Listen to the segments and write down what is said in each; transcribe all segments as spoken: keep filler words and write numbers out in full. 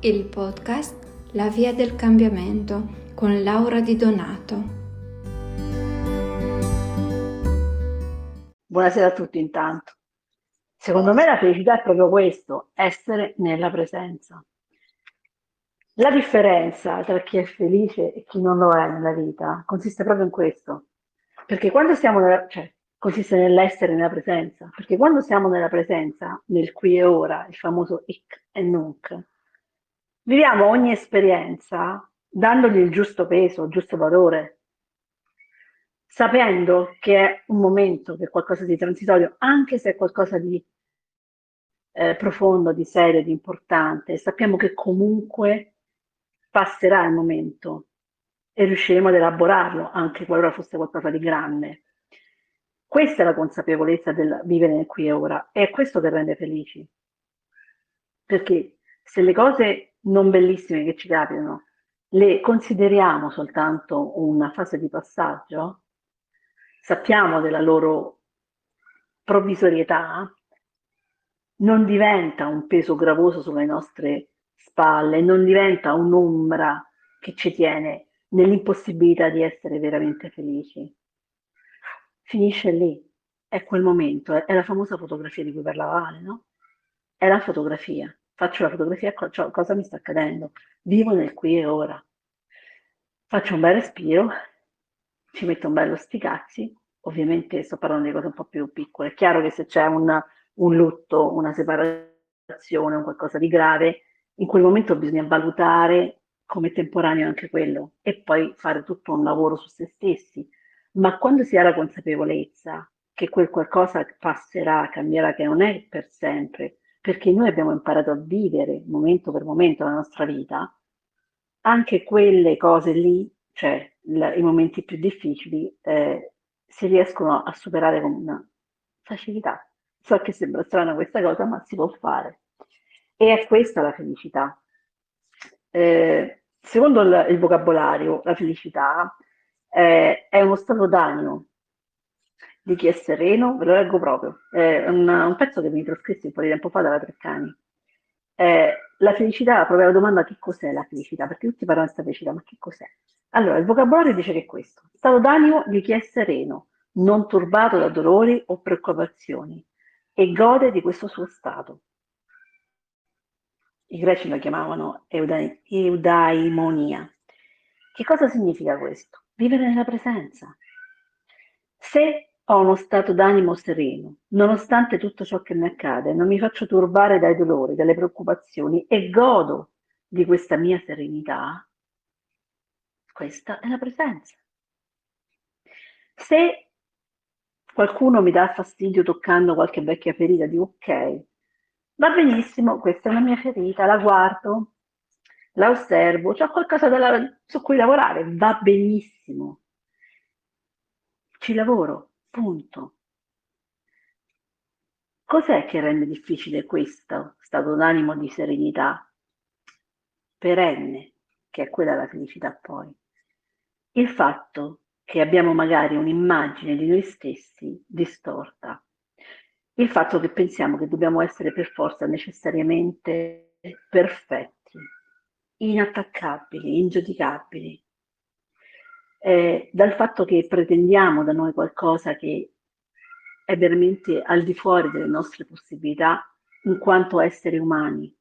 il podcast La Via del Cambiamento con Laura Di Donato. Buonasera a tutti intanto. Secondo me la felicità è proprio questo, essere nella presenza. La differenza tra chi è felice e chi non lo è nella vita consiste proprio in questo. Perché quando siamo nella, cioè, consiste nell'essere nella presenza. Perché quando siamo nella presenza, nel qui e ora, il famoso hic e nunc, viviamo ogni esperienza dandogli il giusto peso, il giusto valore, sapendo che è un momento, che è qualcosa di transitorio, anche se è qualcosa di eh, profondo, di serio, di importante, sappiamo che comunque passerà il momento e riusciremo ad elaborarlo, anche qualora fosse qualcosa di grande. Questa è la consapevolezza del vivere nel qui e ora, e è questo che rende felici. Perché se le cose non bellissime che ci capitano le consideriamo soltanto una fase di passaggio, sappiamo della loro provvisorietà, non diventa un peso gravoso sulle nostre spalle, non diventa un'ombra che ci tiene nell'impossibilità di essere veramente felici. Finisce lì, è quel momento, è la famosa fotografia di cui parlava Ale, no? È la fotografia. Faccio la fotografia, cioè, cosa mi sta accadendo? Vivo nel qui e ora. Faccio un bel respiro, ci metto un bello sti cazzi, ovviamente sto parlando di cose un po' più piccole. È chiaro che se c'è un, un lutto, una separazione, un qualcosa di grave, in quel momento bisogna valutare come temporaneo anche quello e poi fare tutto un lavoro su se stessi. Ma quando si ha la consapevolezza che quel qualcosa passerà, cambierà, che non è per sempre, perché noi abbiamo imparato a vivere momento per momento la nostra vita, anche quelle cose lì, cioè la- i momenti più difficili, eh, si riescono a superare con una facilità. So che sembra strana questa cosa, ma si può fare. E è questa la felicità. Eh, secondo il, il vocabolario, la felicità eh, è uno stato d'animo di chi è sereno, ve lo leggo proprio, è un, un pezzo che mi trascrissi un po' di tempo fa dalla Treccani. Eh, la felicità, proprio la domanda che cos'è la felicità, perché tutti parlano di questa felicità, ma che cos'è? Allora, il vocabolario dice che è questo, stato d'animo di chi è sereno, non turbato da dolori o preoccupazioni e gode di questo suo stato. I greci lo chiamavano euda- eudaimonia. Che cosa significa questo? Vivere nella presenza. Se ho uno stato d'animo sereno, nonostante tutto ciò che mi accade, non mi faccio turbare dai dolori, dalle preoccupazioni e godo di questa mia serenità, questa è la presenza. Se qualcuno mi dà fastidio toccando qualche vecchia ferita, dico ok, va benissimo, questa è una mia ferita, la guardo, la osservo, c'ho qualcosa da, su cui lavorare, va benissimo, ci lavoro, punto. Cos'è che rende difficile questo stato d'animo di serenità perenne, che è quella della felicità poi? Il fatto che abbiamo magari un'immagine di noi stessi distorta, il fatto che pensiamo che dobbiamo essere per forza necessariamente perfetti, inattaccabili, ingiudicabili, eh, dal fatto che pretendiamo da noi qualcosa che è veramente al di fuori delle nostre possibilità in quanto esseri umani.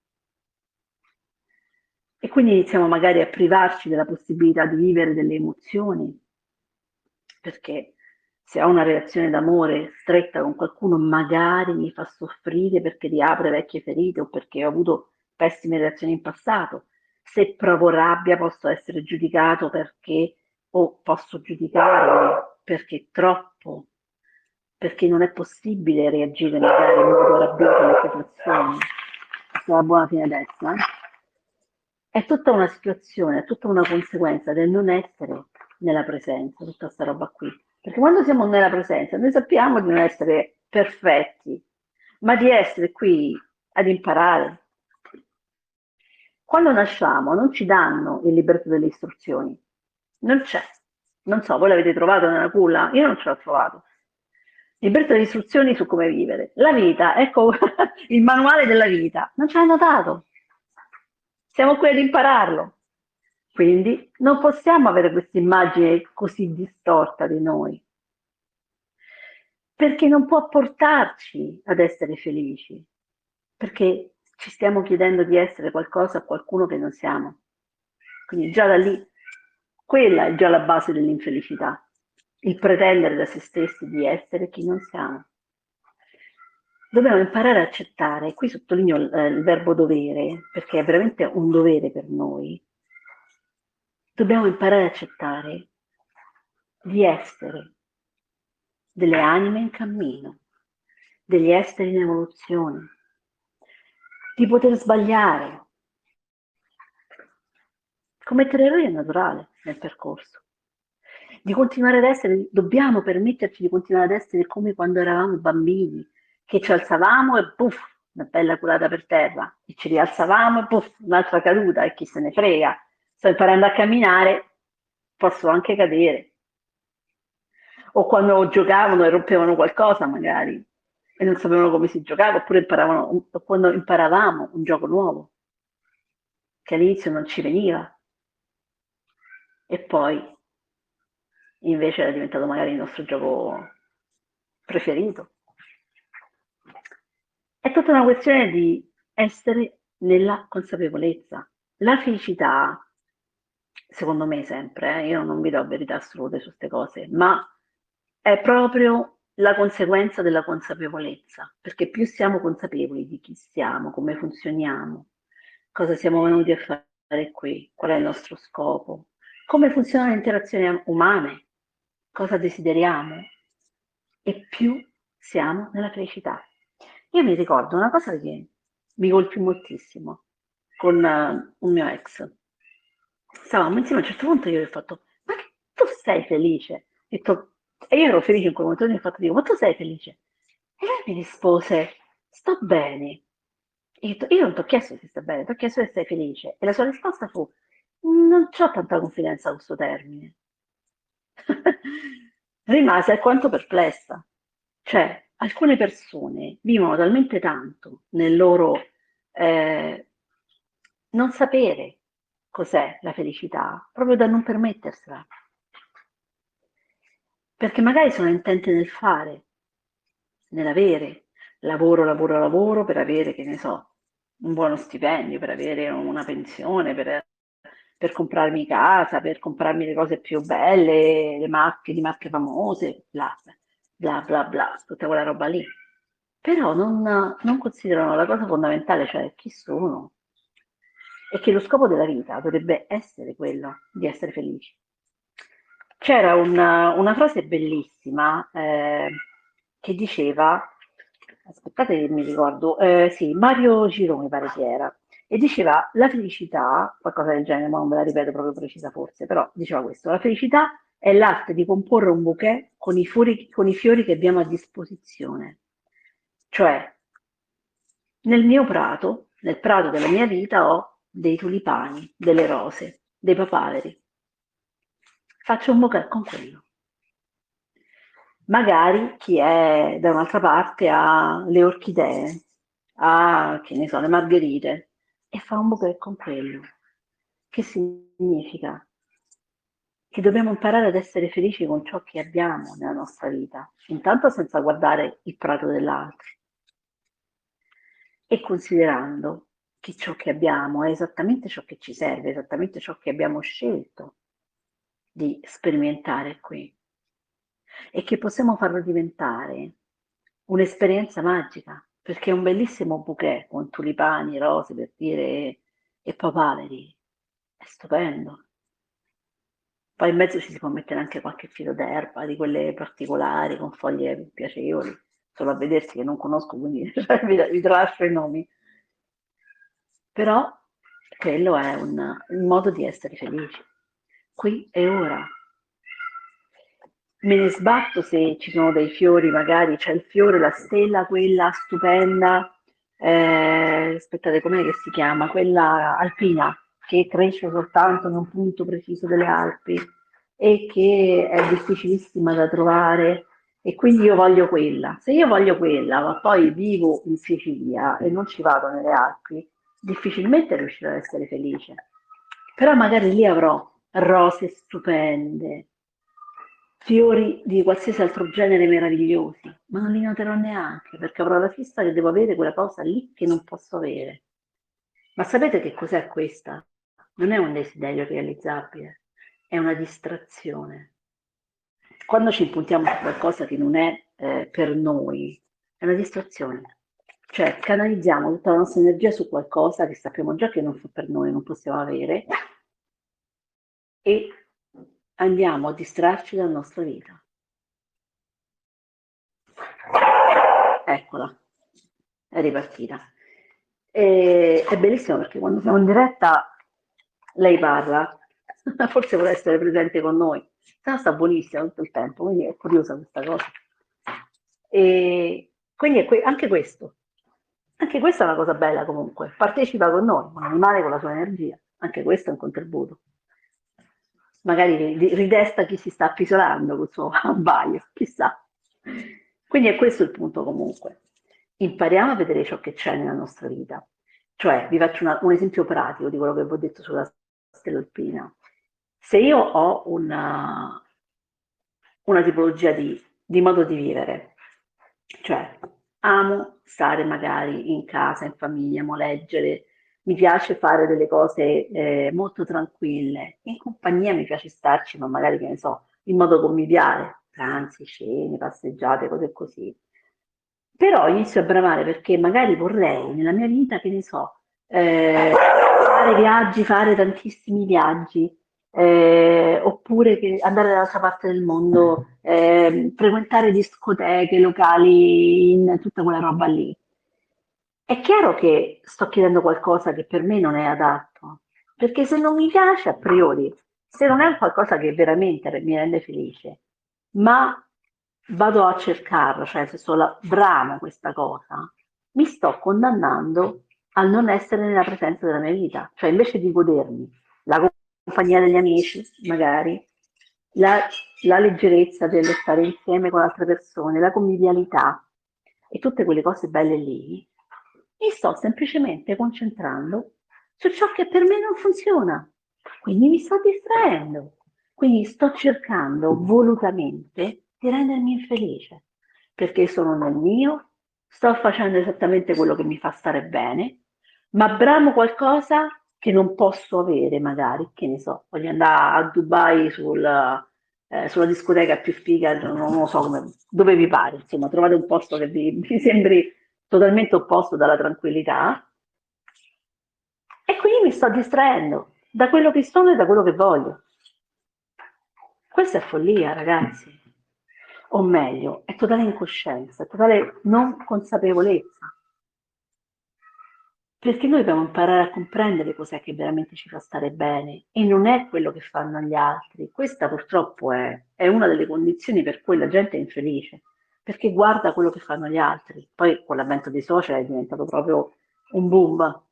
E quindi iniziamo magari a privarci della possibilità di vivere delle emozioni, perché se ho una relazione d'amore stretta con qualcuno magari mi fa soffrire perché riapre vecchie ferite o perché ho avuto pessime relazioni in passato. Se provo rabbia posso essere giudicato perché o posso giudicare perché è troppo, perché non è possibile reagire magari in modo rabbioso alle situazioni. Questa è una buona fine destra. È tutta una situazione, è tutta una conseguenza del non essere nella presenza, tutta questa roba qui. Perché quando siamo nella presenza, noi sappiamo di non essere perfetti, ma di essere qui ad imparare. Quando nasciamo non ci danno il libretto delle istruzioni, non c'è. Non so, voi l'avete trovato nella culla? Io non ce l'ho trovato. Il libretto delle istruzioni su come vivere. La vita, ecco il manuale della vita, non ce l'hanno dato. Siamo qui ad impararlo. Quindi non possiamo avere questa immagine così distorta di noi, perché non può portarci ad essere felici, perché ci stiamo chiedendo di essere qualcosa a qualcuno che non siamo. Quindi già da lì, quella è già la base dell'infelicità, il pretendere da se stessi di essere chi non siamo. Dobbiamo imparare a accettare, qui sottolineo il, eh, il verbo dovere, perché è veramente un dovere per noi. Dobbiamo imparare a accettare di essere delle anime in cammino, degli esseri in evoluzione, di poter sbagliare. Commettere errori è naturale nel percorso. Di continuare ad essere, dobbiamo permetterci di continuare ad essere come quando eravamo bambini, che ci alzavamo e puff, una bella culata per terra, e ci rialzavamo e puff, un'altra caduta, e chi se ne frega. Sto imparando a camminare, posso anche cadere. O quando giocavano e rompevano qualcosa magari e non sapevano come si giocava, oppure imparavano, o quando imparavamo un gioco nuovo, che all'inizio non ci veniva, e poi invece era diventato magari il nostro gioco preferito. È tutta una questione di essere nella consapevolezza. La felicità, secondo me sempre, eh, io non vi do verità assolute su queste cose, ma è proprio la conseguenza della consapevolezza, perché più siamo consapevoli di chi siamo, come funzioniamo, cosa siamo venuti a fare qui, qual è il nostro scopo, come funzionano le interazioni umane, cosa desideriamo, e più siamo nella felicità. Io mi ricordo una cosa che mi colpì moltissimo con uh, un mio ex. Stavamo insieme, a un certo punto io gli ho fatto, ma che tu sei felice? Detto, e io ero felice in quel momento, gli ho fatto, dico, ma tu sei felice? E lui mi rispose, sto bene. E io, io non ti ho chiesto se stai bene, ti ho chiesto se sei felice. E la sua risposta fu, non ho tanta confidenza con questo termine. Rimase alquanto perplessa. Cioè, alcune persone vivono talmente tanto nel loro eh, non sapere cos'è la felicità, proprio da non permettersela. Perché magari sono intente nel fare, nell'avere, lavoro, lavoro, lavoro per avere, che ne so, un buono stipendio, per avere una pensione, per, per comprarmi casa, per comprarmi le cose più belle, le macchine di marche famose, bla bla bla bla, tutta quella roba lì. Però non, non considerano la cosa fondamentale, cioè chi sono, e che lo scopo della vita dovrebbe essere quello di essere felici. C'era una, una frase bellissima eh, che diceva, aspettate che mi ricordo, eh, sì, Mario Gironi pare che era, e diceva la felicità, qualcosa del genere, ma non ve la ripeto proprio precisa forse, però diceva questo, la felicità è l'arte di comporre un bouquet con i, fiori, con i fiori che abbiamo a disposizione. Cioè, nel mio prato, nel prato della mia vita, ho dei tulipani, delle rose, dei papaveri. Faccio un bouquet con quello. Magari chi è da un'altra parte ha le orchidee, ha, che ne so, le margherite, e fa un bouquet con quello. Che significa? Che dobbiamo imparare ad essere felici con ciò che abbiamo nella nostra vita, intanto senza guardare il prato dell'altro e considerando che ciò che abbiamo è esattamente ciò che ci serve, esattamente ciò che abbiamo scelto di sperimentare qui e che possiamo farlo diventare un'esperienza magica, perché un bellissimo bouquet con tulipani, rose per dire e papaveri è stupendo. Poi in mezzo ci si può mettere anche qualche filo d'erba, di quelle particolari, con foglie piacevoli, solo a vedersi che non conosco, quindi vi, vi tralascio i nomi. Però quello è un, un modo di essere felici, qui e ora. Me ne sbatto se ci sono dei fiori, magari c'è il fiore, la stella, quella stupenda, eh, aspettate, com'è che si chiama? Quella alpina, che cresce soltanto in un punto preciso delle Alpi e che è difficilissima da trovare e quindi io voglio quella. Se io voglio quella, ma poi vivo in Sicilia e non ci vado nelle Alpi, difficilmente riuscirò ad essere felice. Però magari lì avrò rose stupende, fiori di qualsiasi altro genere meravigliosi, ma non li noterò neanche perché avrò la fissa che devo avere quella cosa lì che non posso avere. Ma sapete che cos'è questa? Non è un desiderio realizzabile, è una distrazione. Quando ci impuntiamo su qualcosa che non è eh, per noi, è una distrazione. Cioè canalizziamo tutta la nostra energia su qualcosa che sappiamo già che non fa per noi, non possiamo avere, e andiamo a distrarci dalla nostra vita. Eccola, è ripartita. E, è bellissimo perché quando siamo in diretta lei parla, forse vuole essere presente con noi, se no sta buonissima tutto il tempo, quindi è curiosa questa cosa. E quindi è que- anche questo, anche questa è una cosa bella comunque, partecipa con noi, un animale con la sua energia, anche questo è un contributo. Magari ri- ridesta chi si sta appisolando col suo abbaio, chissà. Quindi è questo il punto comunque. Impariamo a vedere ciò che c'è nella nostra vita. Cioè, vi faccio una- un esempio pratico di quello che vi ho detto sulla stella alpina. Se io ho una, una tipologia di, di modo di vivere, cioè amo stare magari in casa, in famiglia, amo leggere, mi piace fare delle cose eh, molto tranquille, in compagnia mi piace starci, ma magari che ne so, in modo conviviale, pranzi, cene, passeggiate, cose così. Però inizio a bramare perché magari vorrei nella mia vita, che ne so, eh, fare viaggi, fare tantissimi viaggi, eh, oppure che andare dall'altra parte del mondo, eh, frequentare discoteche, locali, in tutta quella roba lì. È chiaro che sto chiedendo qualcosa che per me non è adatto, perché se non mi piace a priori, se non è un qualcosa che veramente mi rende felice, ma vado a cercarlo, cioè se solo bramo questa cosa, mi sto condannando al non essere nella presenza della mia vita, cioè invece di godermi la compagnia degli amici, magari, la, la leggerezza dello stare insieme con altre persone, la convivialità e tutte quelle cose belle lì, mi sto semplicemente concentrando su ciò che per me non funziona. Quindi mi sto distraendo. Quindi sto cercando volutamente di rendermi infelice, perché sono nel mio, sto facendo esattamente quello che mi fa stare bene, ma bramo qualcosa che non posso avere magari, che ne so, voglio andare a Dubai sul, eh, sulla discoteca più figa, non, non lo so come, dove vi pare, insomma, trovate un posto che vi, vi sembri totalmente opposto dalla tranquillità e quindi mi sto distraendo da quello che sono e da quello che voglio. Questa è follia, ragazzi. O meglio, è totale incoscienza, è totale non consapevolezza. Perché noi dobbiamo imparare a comprendere cos'è che veramente ci fa stare bene e non è quello che fanno gli altri. Questa purtroppo è, è una delle condizioni per cui la gente è infelice, perché guarda quello che fanno gli altri. Poi con l'avvento dei social è diventato proprio un boom,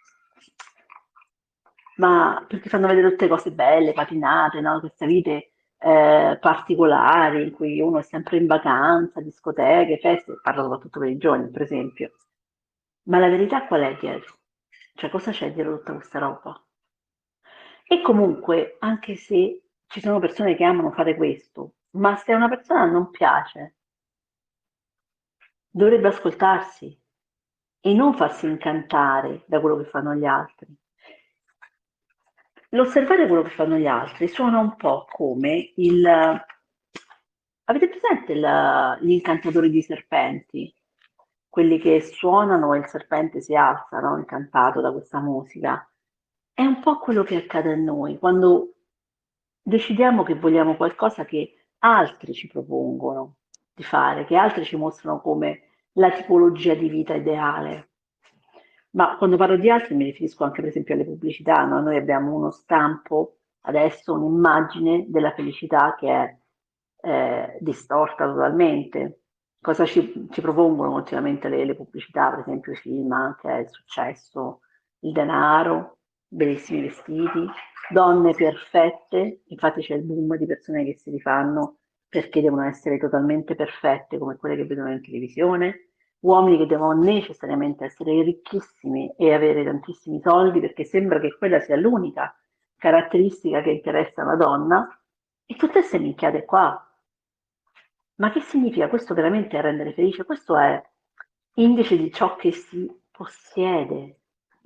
ma perché fanno vedere tutte cose belle, patinate, no? Queste vite eh, particolari in cui uno è sempre in vacanza, discoteche, feste, parlo soprattutto per i giovani, per esempio. Ma la verità qual è dietro? Cioè, cosa c'è dietro tutta questa roba? E comunque, anche se ci sono persone che amano fare questo, ma se a una persona non piace, dovrebbe ascoltarsi e non farsi incantare da quello che fanno gli altri. L'osservare quello che fanno gli altri suona un po' come il... Avete presente il- gli incantatori di serpenti? Quelli che suonano e il serpente si alza, no? Incantato da questa musica. È un po' quello che accade a noi quando decidiamo che vogliamo qualcosa che altri ci propongono di fare, che altri ci mostrano come la tipologia di vita ideale. Ma quando parlo di altri mi riferisco anche per esempio alle pubblicità, no? Noi abbiamo uno stampo, adesso un'immagine della felicità che è eh, distorta totalmente. Cosa ci, ci propongono continuamente le, le pubblicità, per esempio i film, anche il successo, il denaro, bellissimi vestiti, donne perfette, infatti c'è il boom di persone che si rifanno perché devono essere totalmente perfette come quelle che vedono in televisione, uomini che devono necessariamente essere ricchissimi e avere tantissimi soldi, perché sembra che quella sia l'unica caratteristica che interessa una donna, e tutte queste minchiate qua. Ma che significa? Questo veramente è rendere felice? Questo è indice di ciò che si possiede.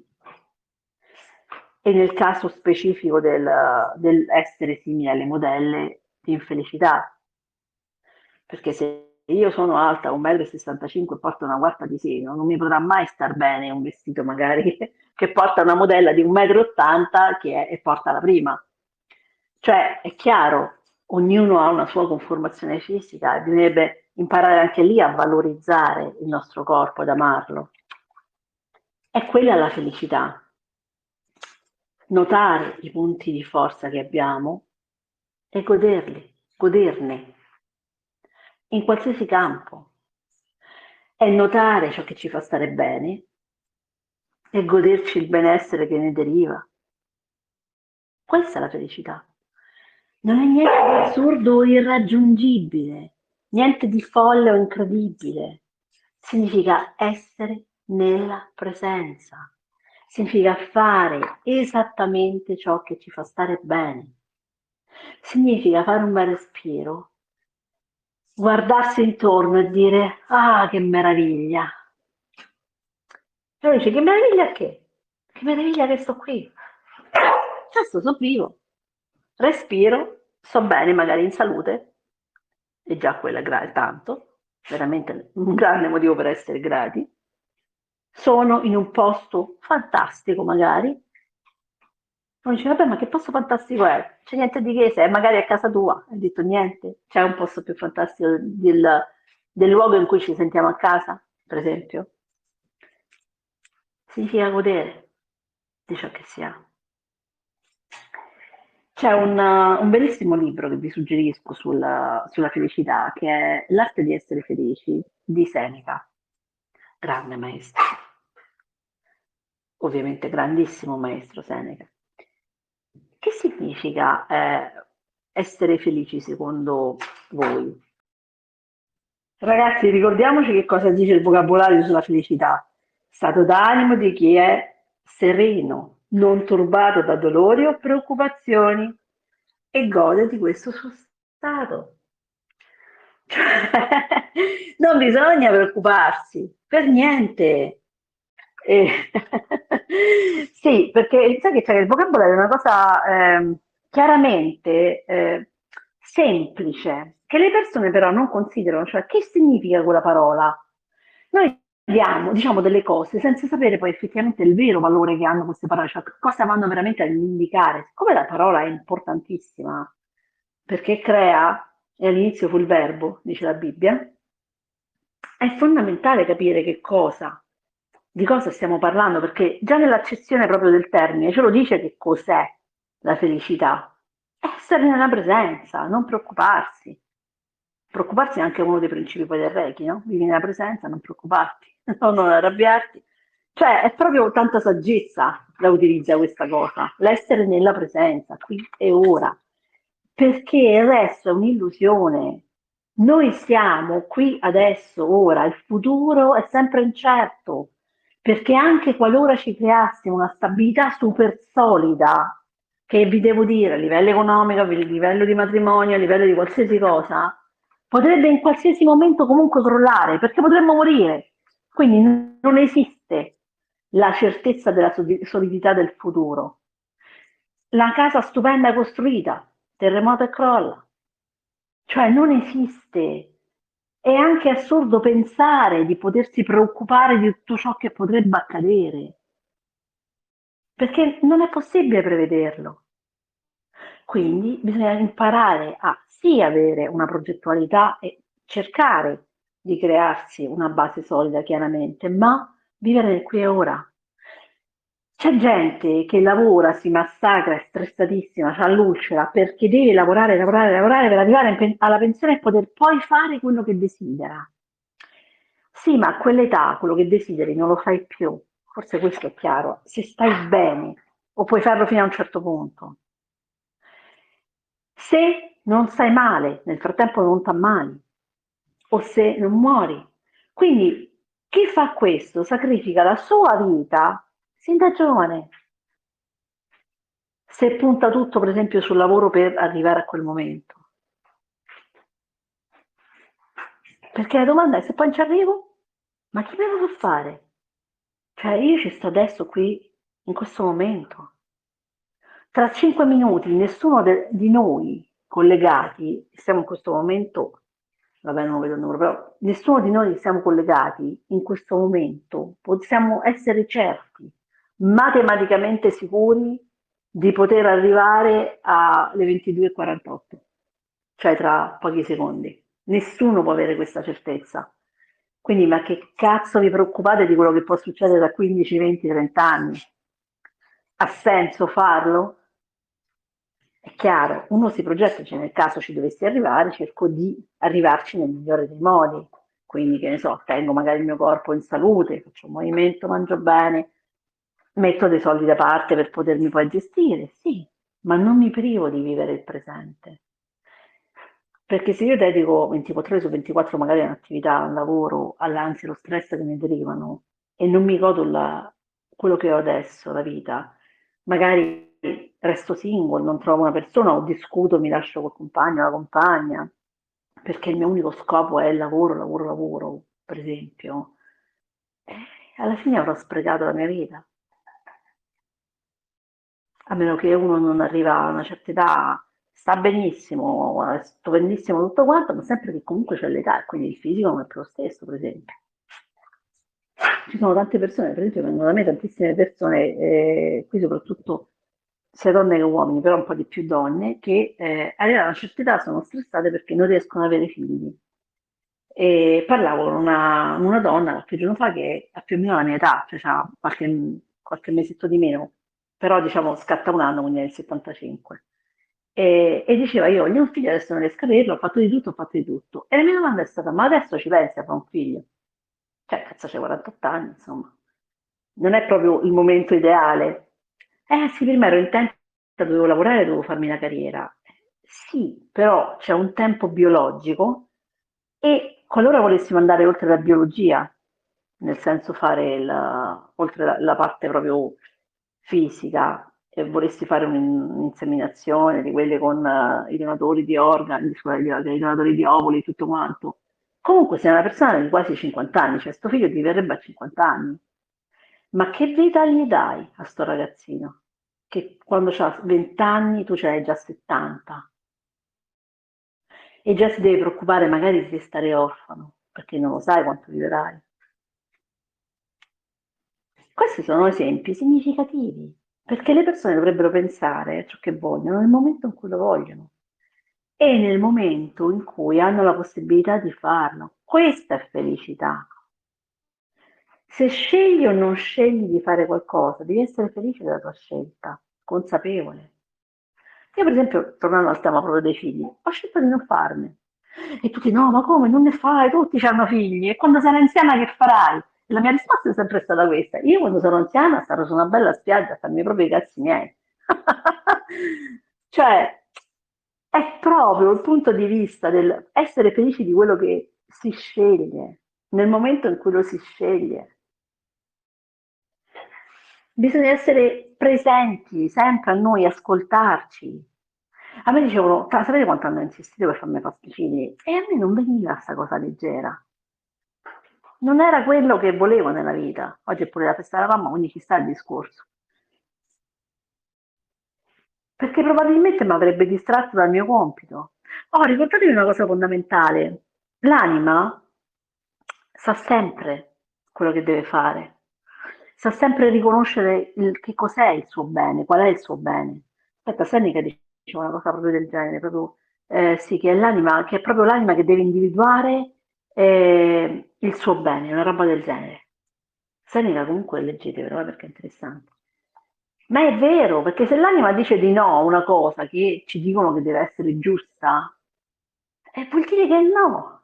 E nel caso specifico del, dell'essere simile alle modelle di infelicità. Perché se io sono alta un metro e sessantacinque e porto una guardia di seno, non mi potrà mai star bene un vestito magari che porta una modella di un metro e ottanta che è, e porta la prima. Cioè, è chiaro, ognuno ha una sua conformazione fisica e bisognerebbe imparare anche lì a valorizzare il nostro corpo, ad amarlo. È quella la felicità. Notare i punti di forza che abbiamo e goderli, goderne, in qualsiasi campo. È notare ciò che ci fa stare bene e goderci il benessere che ne deriva. Questa è la felicità. Non è niente di assurdo o irraggiungibile, niente di folle o incredibile. Significa essere nella presenza. Significa fare esattamente ciò che ci fa stare bene. Significa fare un bel respiro, guardarsi intorno e dire: ah, che meraviglia! E uno dice: che meraviglia che? Che meraviglia che sto qui! Adesso sono vivo, respiro, sto bene, magari in salute, e già quella è tanto, veramente un grande motivo per essere grati. Sono in un posto fantastico, magari. Uno dice: vabbè, ma che posto fantastico è? C'è niente di che, se è magari a casa tua. Hai detto niente, c'è un posto più fantastico del, del luogo in cui ci sentiamo a casa, per esempio. Significa godere di ciò che si ha. C'è un, un bellissimo libro che vi suggerisco sulla, sulla felicità, che è L'arte di essere felici di Seneca, grande maestro, ovviamente grandissimo maestro Seneca. Che significa eh, essere felici secondo voi? Ragazzi, ricordiamoci che cosa dice il vocabolario sulla felicità. Stato d'animo di chi è sereno, non turbato da dolori o preoccupazioni e gode di questo suo stato. Cioè, non bisogna preoccuparsi per niente. Eh, sì, perché sai che c'è il vocabolario è una cosa ehm, chiaramente eh, semplice, che le persone però non considerano, cioè che significa quella parola. Noi diamo, diciamo delle cose senza sapere poi effettivamente il vero valore che hanno queste parole, cioè cosa vanno veramente ad indicare. Siccome la parola è importantissima, perché crea, e all'inizio fu il verbo, dice la Bibbia, è fondamentale capire che cosa, di cosa stiamo parlando, perché già nell'accezione proprio del termine ce lo dice che cos'è la felicità. Essere nella presenza, non preoccuparsi. Preoccuparsi è anche uno dei principi poi del Reiki, no? Vivi nella presenza, non preoccuparti, non arrabbiarti. Cioè, è proprio tanta saggezza da utilizza questa cosa, l'essere nella presenza, qui e ora, perché il resto è un'illusione. Noi siamo qui adesso, ora, il futuro è sempre incerto, perché anche qualora ci creassimo una stabilità super solida, che vi devo dire a livello economico, a livello di matrimonio, a livello di qualsiasi cosa, potrebbe in qualsiasi momento comunque crollare, perché potremmo morire. Quindi non esiste la certezza della solidità del futuro. La casa stupenda costruita, terremoto e crolla. Cioè non esiste. È anche assurdo pensare di potersi preoccupare di tutto ciò che potrebbe accadere, perché non è possibile prevederlo. Quindi bisogna imparare a sì avere una progettualità e cercare di crearsi una base solida chiaramente, ma vivere nel qui e ora. C'è gente che lavora, si massacra, è stressatissima, c'ha l'ulcera perché deve lavorare, lavorare, lavorare per arrivare in pen- alla pensione e poter poi fare quello che desidera. Sì, ma a quell'età quello che desideri non lo fai più. Forse questo è chiaro. Se stai bene, o puoi farlo fino a un certo punto. Se non stai male, nel frattempo non ti ammali, o se non muori. Quindi Chi fa questo sacrifica la sua vita sin da giovane, se punta tutto per esempio sul lavoro per arrivare a quel momento. Perché la domanda è se poi non ci arrivo, ma chi me lo può fare? Cioè io ci sto adesso qui, in questo momento. Tra cinque minuti nessuno de- di noi collegati, siamo in questo momento, vabbè non vedo il numero, però nessuno di noi che siamo collegati in questo momento possiamo essere certi, matematicamente sicuri di poter arrivare alle ventidue e quarantotto, cioè tra pochi secondi. Nessuno può avere questa certezza. Quindi, ma che cazzo vi preoccupate di quello che può succedere da quindici, venti, trenta anni? Ha senso farlo? È chiaro, uno si progetta, cioè nel caso ci dovessi arrivare, cerco di arrivarci nel migliore dei modi. Quindi, che ne so, tengo magari il mio corpo in salute, faccio un movimento, mangio bene, metto dei soldi da parte per potermi poi gestire, sì, ma non mi privo di vivere il presente. Perché se io dedico ventiquattro ore su ventiquattro magari a un'attività, a un lavoro, all'ansia, allo stress che ne derivano e non mi godo la- quello che ho adesso, la vita, magari resto single, non trovo una persona o discuto, mi lascio col compagno o la compagna, perché il mio unico scopo è lavoro, lavoro, lavoro, per esempio, eh, alla fine avrò sprecato la mia vita. A meno che uno non arriva a una certa età, sta benissimo, è stupendissimo tutto quanto, ma sempre che comunque c'è l'età e quindi il fisico non è più lo stesso, per esempio. Ci sono tante persone, per esempio, vengono da me tantissime persone, eh, qui soprattutto sia donne che uomini, però un po' di più donne, che eh, arrivano a una certa età sono stressate perché non riescono ad avere figli. E parlavo con una, una donna qualche giorno fa che ha più o meno la mia età, cioè ha qualche, qualche mesetto di meno, però diciamo scatta un anno, quindi è il settantacinque. E, e diceva io voglio un figlio, adesso non riesco a averlo, ho fatto di tutto, ho fatto di tutto. E la mia domanda è stata, ma adesso ci pensi a fare un figlio? Cioè, cazzo, c'è quarantotto anni, insomma. Non è proprio il momento ideale. Eh sì, prima ero intenta, dovevo lavorare, dovevo farmi la carriera. Sì, però c'è un tempo biologico e qualora volessimo andare oltre la biologia, nel senso fare il, oltre la, la parte proprio fisica, e volessi fare un'inseminazione di quelle con eh, i donatori di organi, scusa, i i donatori di ovuli, tutto quanto. Comunque sei una persona di quasi cinquanta anni, cioè sto figlio ti verrebbe a cinquanta anni. Ma che vita gli dai a sto ragazzino? Che quando ha venti anni tu ce l'hai già settanta e già si deve preoccupare magari di restare orfano, perché non lo sai quanto viverai. Questi sono esempi significativi, perché le persone dovrebbero pensare a ciò che vogliono nel momento in cui lo vogliono e nel momento in cui hanno la possibilità di farlo. Questa è felicità. Se scegli o non scegli di fare qualcosa, devi essere felice della tua scelta, consapevole. Io per esempio, tornando al tema proprio dei figli, ho scelto di non farne. E tutti, no, ma come, non ne fai? Tutti hanno figli. E quando sarai anziana che farai? E la mia risposta è sempre stata questa. Io quando sarò anziana sarò su una bella spiaggia a farmi proprio i cazzi miei. Cioè, è proprio il punto di vista del essere felici di quello che si sceglie, nel momento in cui lo si sceglie. Bisogna essere presenti sempre a noi, ascoltarci. A me dicevano, "Ta- sapete quanto hanno insistito per farmi i pasticcini?" E a me non veniva questa cosa leggera. Non era quello che volevo nella vita. Oggi è pure la festa della mamma, quindi ci sta il discorso. Perché probabilmente mi avrebbe distratto dal mio compito. Oh, ricordatevi una cosa fondamentale. L'anima sa sempre quello che deve fare, sa sempre riconoscere il- che cos'è il suo bene, qual è il suo bene. Aspetta, Seneca diceva una cosa proprio del genere, proprio, eh, sì, che è l'anima, che è proprio l'anima che deve individuare eh, il suo bene, una roba del genere. Seneca comunque leggetevelo, eh, perché è interessante. Ma è vero, perché se l'anima dice di no a una cosa che ci dicono che deve essere giusta, eh, vuol dire che è no.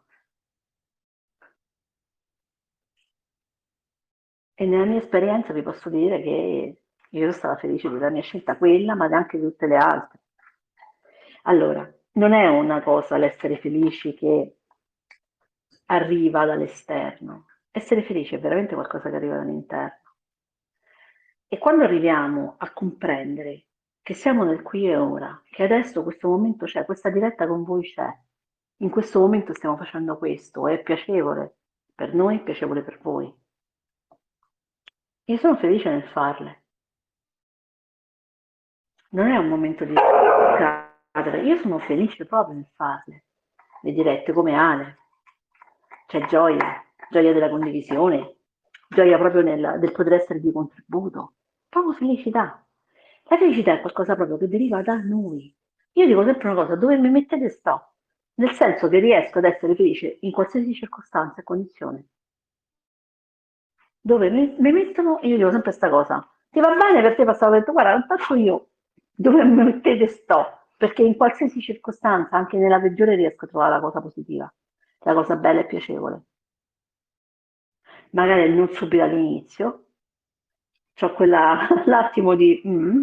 E nella mia esperienza vi posso dire che io sono stata felice della mia scelta quella, ma anche di tutte le altre. Allora, non è una cosa l'essere felici che arriva dall'esterno, Essere felici è veramente qualcosa che arriva dall'interno. E quando arriviamo a comprendere che siamo nel qui e ora, che adesso questo momento c'è, questa diretta con voi c'è, in questo momento stiamo facendo questo, è piacevole per noi, è piacevole per voi. Io sono felice nel farle. Non è un momento di scadere, io sono felice proprio nel farle. Le dirette come Ale. C'è gioia, gioia della condivisione, gioia proprio nel, del poter essere di contributo, proprio felicità. La felicità è qualcosa proprio che deriva da noi. Io dico sempre una cosa, dove mi mettete sto, nel senso che riesco ad essere felice in qualsiasi circostanza e condizione. Dove mi, mi mettono, io dico sempre questa cosa, ti va bene per te passare, ho detto guarda, non faccio io, dove mi mettete sto, perché in qualsiasi circostanza, anche nella peggiore, riesco a trovare la cosa positiva, la cosa bella e piacevole. Magari non subito all'inizio, c'ho quella l'attimo di "Mh",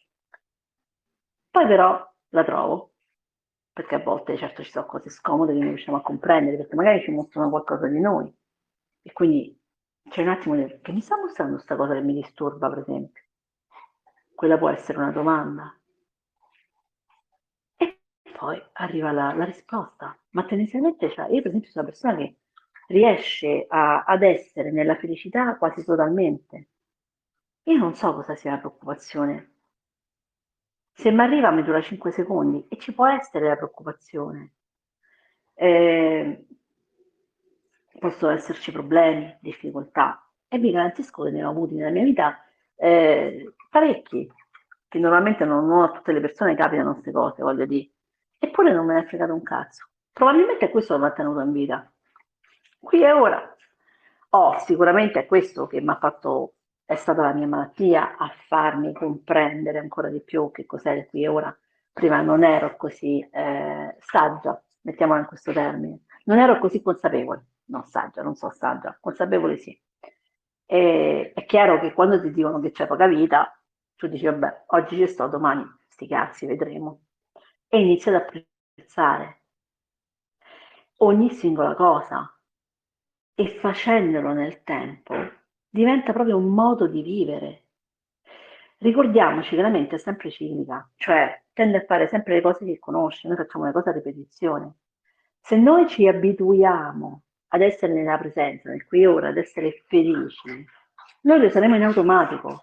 poi però la trovo, perché a volte certo ci sono cose scomode che non riusciamo a comprendere, perché magari ci mostrano qualcosa di noi e quindi c'è un attimo di che mi sta mostrando sta cosa che mi disturba, per esempio? Quella può essere una domanda. E poi arriva la, la risposta. Ma tendenzialmente, cioè, io per esempio sono una persona che riesce a- ad essere nella felicità quasi totalmente. Io non so cosa sia la preoccupazione. Se mi arriva mi dura cinque secondi e ci può essere la preoccupazione. Eh, Possono esserci problemi, difficoltà e vi garantisco che ne ho avuti nella mia vita eh, parecchi, che normalmente non, non a tutte le persone capitano queste cose, voglio dire. Eppure non me ne è fregato un cazzo. Probabilmente è questo che mi ha tenuto in vita. Qui e ora. Oh, sicuramente è questo che mi ha fatto, è stata la mia malattia a farmi comprendere ancora di più che cos'è il qui e ora. Prima non ero così eh, saggia, mettiamola in questo termine, non ero così consapevole, non saggia, non so saggia, consapevole sì. E, è chiaro che quando ti dicono che c'è poca vita, tu dici vabbè, oggi ci sto, domani sti cazzi, vedremo. E inizi ad apprezzare ogni singola cosa e facendolo nel tempo diventa proprio un modo di vivere. Ricordiamoci che la mente è sempre ciclica, cioè tende a fare sempre le cose che conosce, noi facciamo le cose a ripetizione. Se noi ci abituiamo ad essere nella presenza, nel qui e ora, ad essere felici, noi lo saremo in automatico.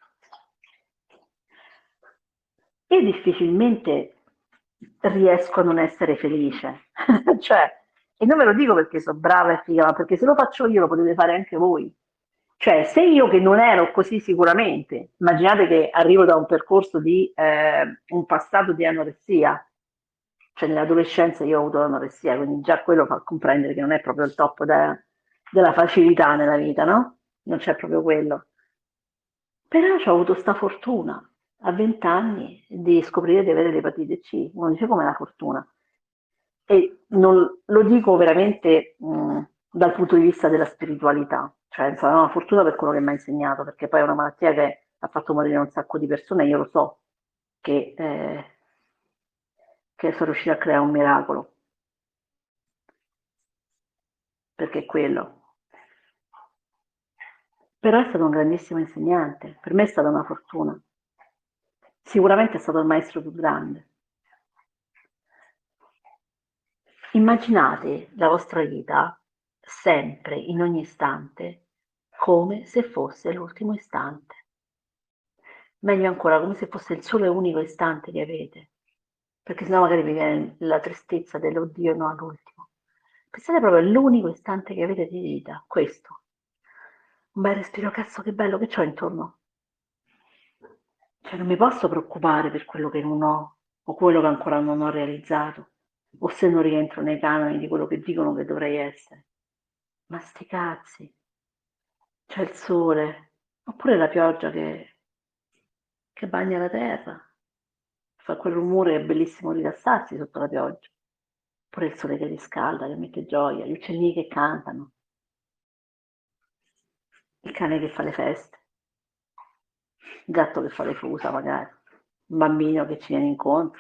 Io difficilmente riesco a non essere felice, cioè, e non ve lo dico perché sono brava e figa, ma perché se lo faccio io lo potete fare anche voi. Cioè, se io che non ero così sicuramente, immaginate che arrivo da un percorso di eh, un passato di anoressia, cioè nell'adolescenza io ho avuto l'anoressia, quindi già quello fa comprendere che non è proprio il top de- della facilità nella vita, no? Non c'è proprio quello. Però ho avuto sta fortuna a venti anni di scoprire di avere l'epatite C, uno dice come la fortuna. E non, lo dico veramente mh, dal punto di vista della spiritualità, cioè è una fortuna per quello che mi ha insegnato, perché poi è una malattia che ha fatto morire un sacco di persone, io lo so che, eh, che sono riuscita a creare un miracolo, perché è quello. Però è stato un grandissimo insegnante, per me è stata una fortuna. Sicuramente è stato il maestro più grande. Immaginate la vostra vita sempre, in ogni istante, come se fosse l'ultimo istante. Meglio ancora, come se fosse il solo e unico istante che avete, perché sennò magari vi viene la tristezza dell'oddio no all'ultimo. Pensate proprio all'unico istante che avete di vita, questo. Un bel respiro, cazzo che bello, che c'ho intorno? Cioè non mi posso preoccupare per quello che non ho o quello che ancora non ho realizzato o se non rientro nei canoni di quello che dicono che dovrei essere. Ma sti cazzi, c'è il sole, oppure la pioggia che, che bagna la terra, fa quel rumore, è bellissimo rilassarsi sotto la pioggia, oppure il sole che riscalda, che mette gioia, gli uccellini che cantano, il cane che fa le feste, il gatto che fa le fusa magari, un bambino che ci viene incontro.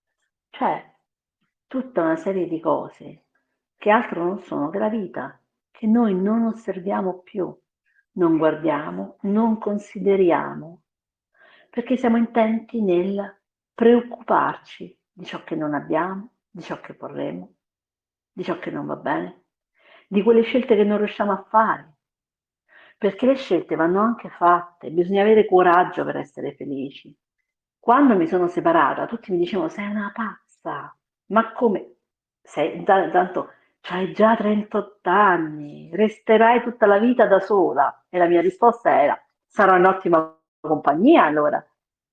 Cioè, tutta una serie di cose che altro non sono che la vita, che noi non osserviamo più, non guardiamo, non consideriamo, perché siamo intenti nel preoccuparci di ciò che non abbiamo, di ciò che vorremmo, di ciò che non va bene, di quelle scelte che non riusciamo a fare, perché le scelte vanno anche fatte, bisogna avere coraggio per essere felici. Quando mi sono separata, tutti mi dicevano: sei una pazza, ma come? Sei, ta- tanto c'hai già trentotto anni, resterai tutta la vita da sola. E la mia risposta era: sarò in ottima compagnia allora.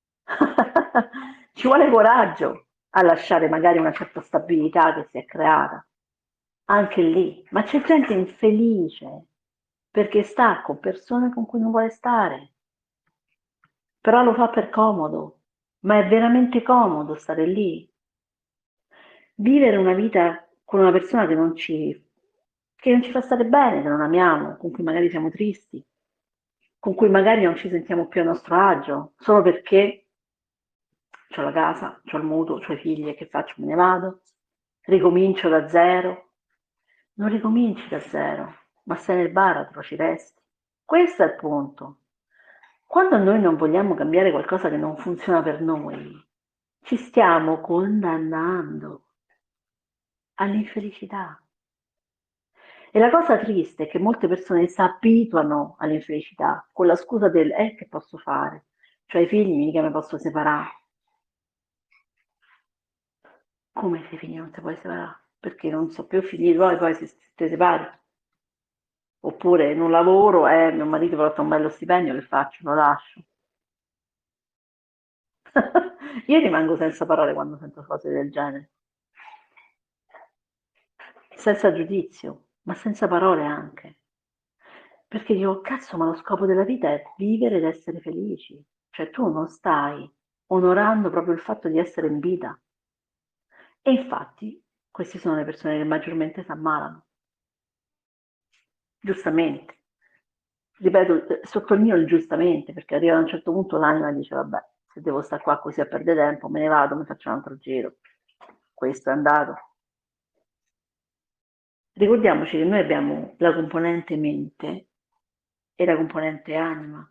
Ci vuole coraggio a lasciare magari una certa stabilità che si è creata, anche lì, ma c'è gente infelice perché sta con persone con cui non vuole stare, però lo fa per comodo, ma è veramente comodo stare lì. Vivere una vita con una persona che non ci, che non ci fa stare bene, che non amiamo, con cui magari siamo tristi, con cui magari non ci sentiamo più a nostro agio, solo perché c'ho la casa, c'ho il mutuo, c'ho i figli, e che faccio? Me ne vado? Ricomincio da zero? Non ricominci da zero, ma sei nel baratro, ci resti. Questo è il punto. Quando noi non vogliamo cambiare qualcosa che non funziona per noi, ci stiamo condannando all'infelicità. E la cosa triste è che molte persone si abituano all'infelicità con la scusa del eh che posso fare? Cioè i figli mica mi posso separare. Come se i figli non si puoi separare? Perché non so più figli tuoi, poi si, si ti separi. Oppure non lavoro, eh, mio marito porta un bello stipendio, che faccio? Lo lascio. Io rimango senza parole quando sento cose del genere, senza giudizio, ma senza parole anche. Perché dico, cazzo, ma lo scopo della vita è vivere ed essere felici. Cioè tu non stai onorando proprio il fatto di essere in vita. E infatti queste sono le persone che maggiormente si ammalano, giustamente. Ripeto, eh, sottolineo il giustamente, perché arriva a un certo punto l'anima dice, vabbè, se devo stare qua così a perdere tempo, me ne vado, mi faccio un altro giro. Questo è andato. Ricordiamoci che noi abbiamo la componente mente e la componente anima.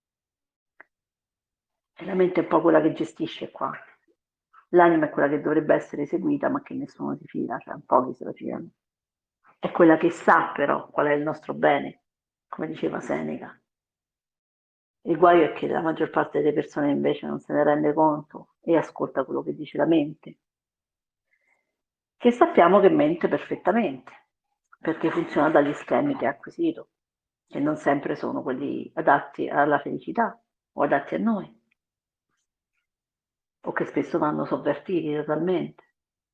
E la mente è un po' quella che gestisce qua. L'anima è quella che dovrebbe essere eseguita, ma che nessuno si fida, cioè pochi se la fidano. È quella che sa però qual è il nostro bene, come diceva Seneca. Il guaio è che la maggior parte delle persone invece non se ne rende conto e ascolta quello che dice la mente, che sappiamo che mente perfettamente, perché funziona dagli schemi che ha acquisito, che non sempre sono quelli adatti alla felicità o adatti a noi, o che spesso vanno sovvertiti totalmente.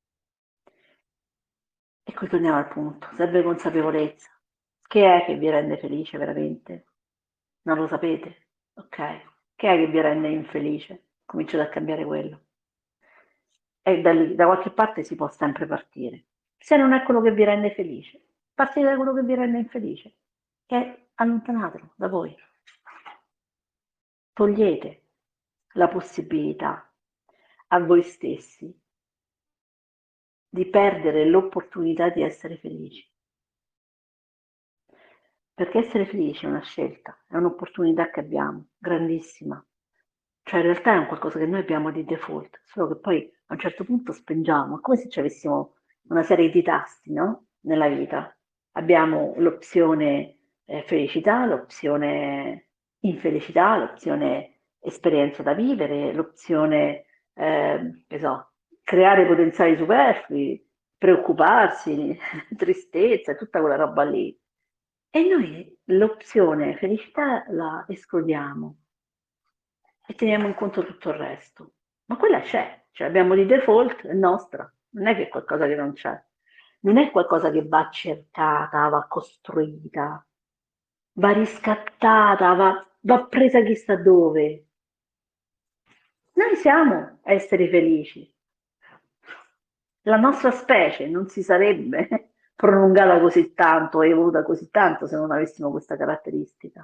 E qui torniamo al punto, serve consapevolezza. Che è che vi rende felice veramente? Non lo sapete? Ok. Che è che vi rende infelice? Cominciate a cambiare quello. E da lì, da qualche parte si può sempre partire. Se non è quello che vi rende felice, partite da quello che vi rende infelice e allontanatelo da voi. Togliete la possibilità a voi stessi di perdere l'opportunità di essere felici. Perché essere felici è una scelta, è un'opportunità che abbiamo, grandissima. Cioè in realtà è un qualcosa che noi abbiamo di default, solo che poi a un certo punto spengiamo, è come se ci avessimo una serie di tasti, no? Nella vita. Abbiamo l'opzione eh, felicità, l'opzione infelicità, l'opzione esperienza da vivere, l'opzione, eh, che so, creare potenziali superflui, preoccuparsi, tristezza, tutta quella roba lì. E noi l'opzione felicità la escludiamo e teniamo in conto tutto il resto. Ma quella c'è, ce l'abbiamo di default, è nostra, non è che è qualcosa che non c'è, non è qualcosa che va cercata, va costruita, va riscattata, va, va presa chissà dove. Noi siamo esseri felici. La nostra specie non si sarebbe prolungata così tanto, evoluta così tanto se non avessimo questa caratteristica.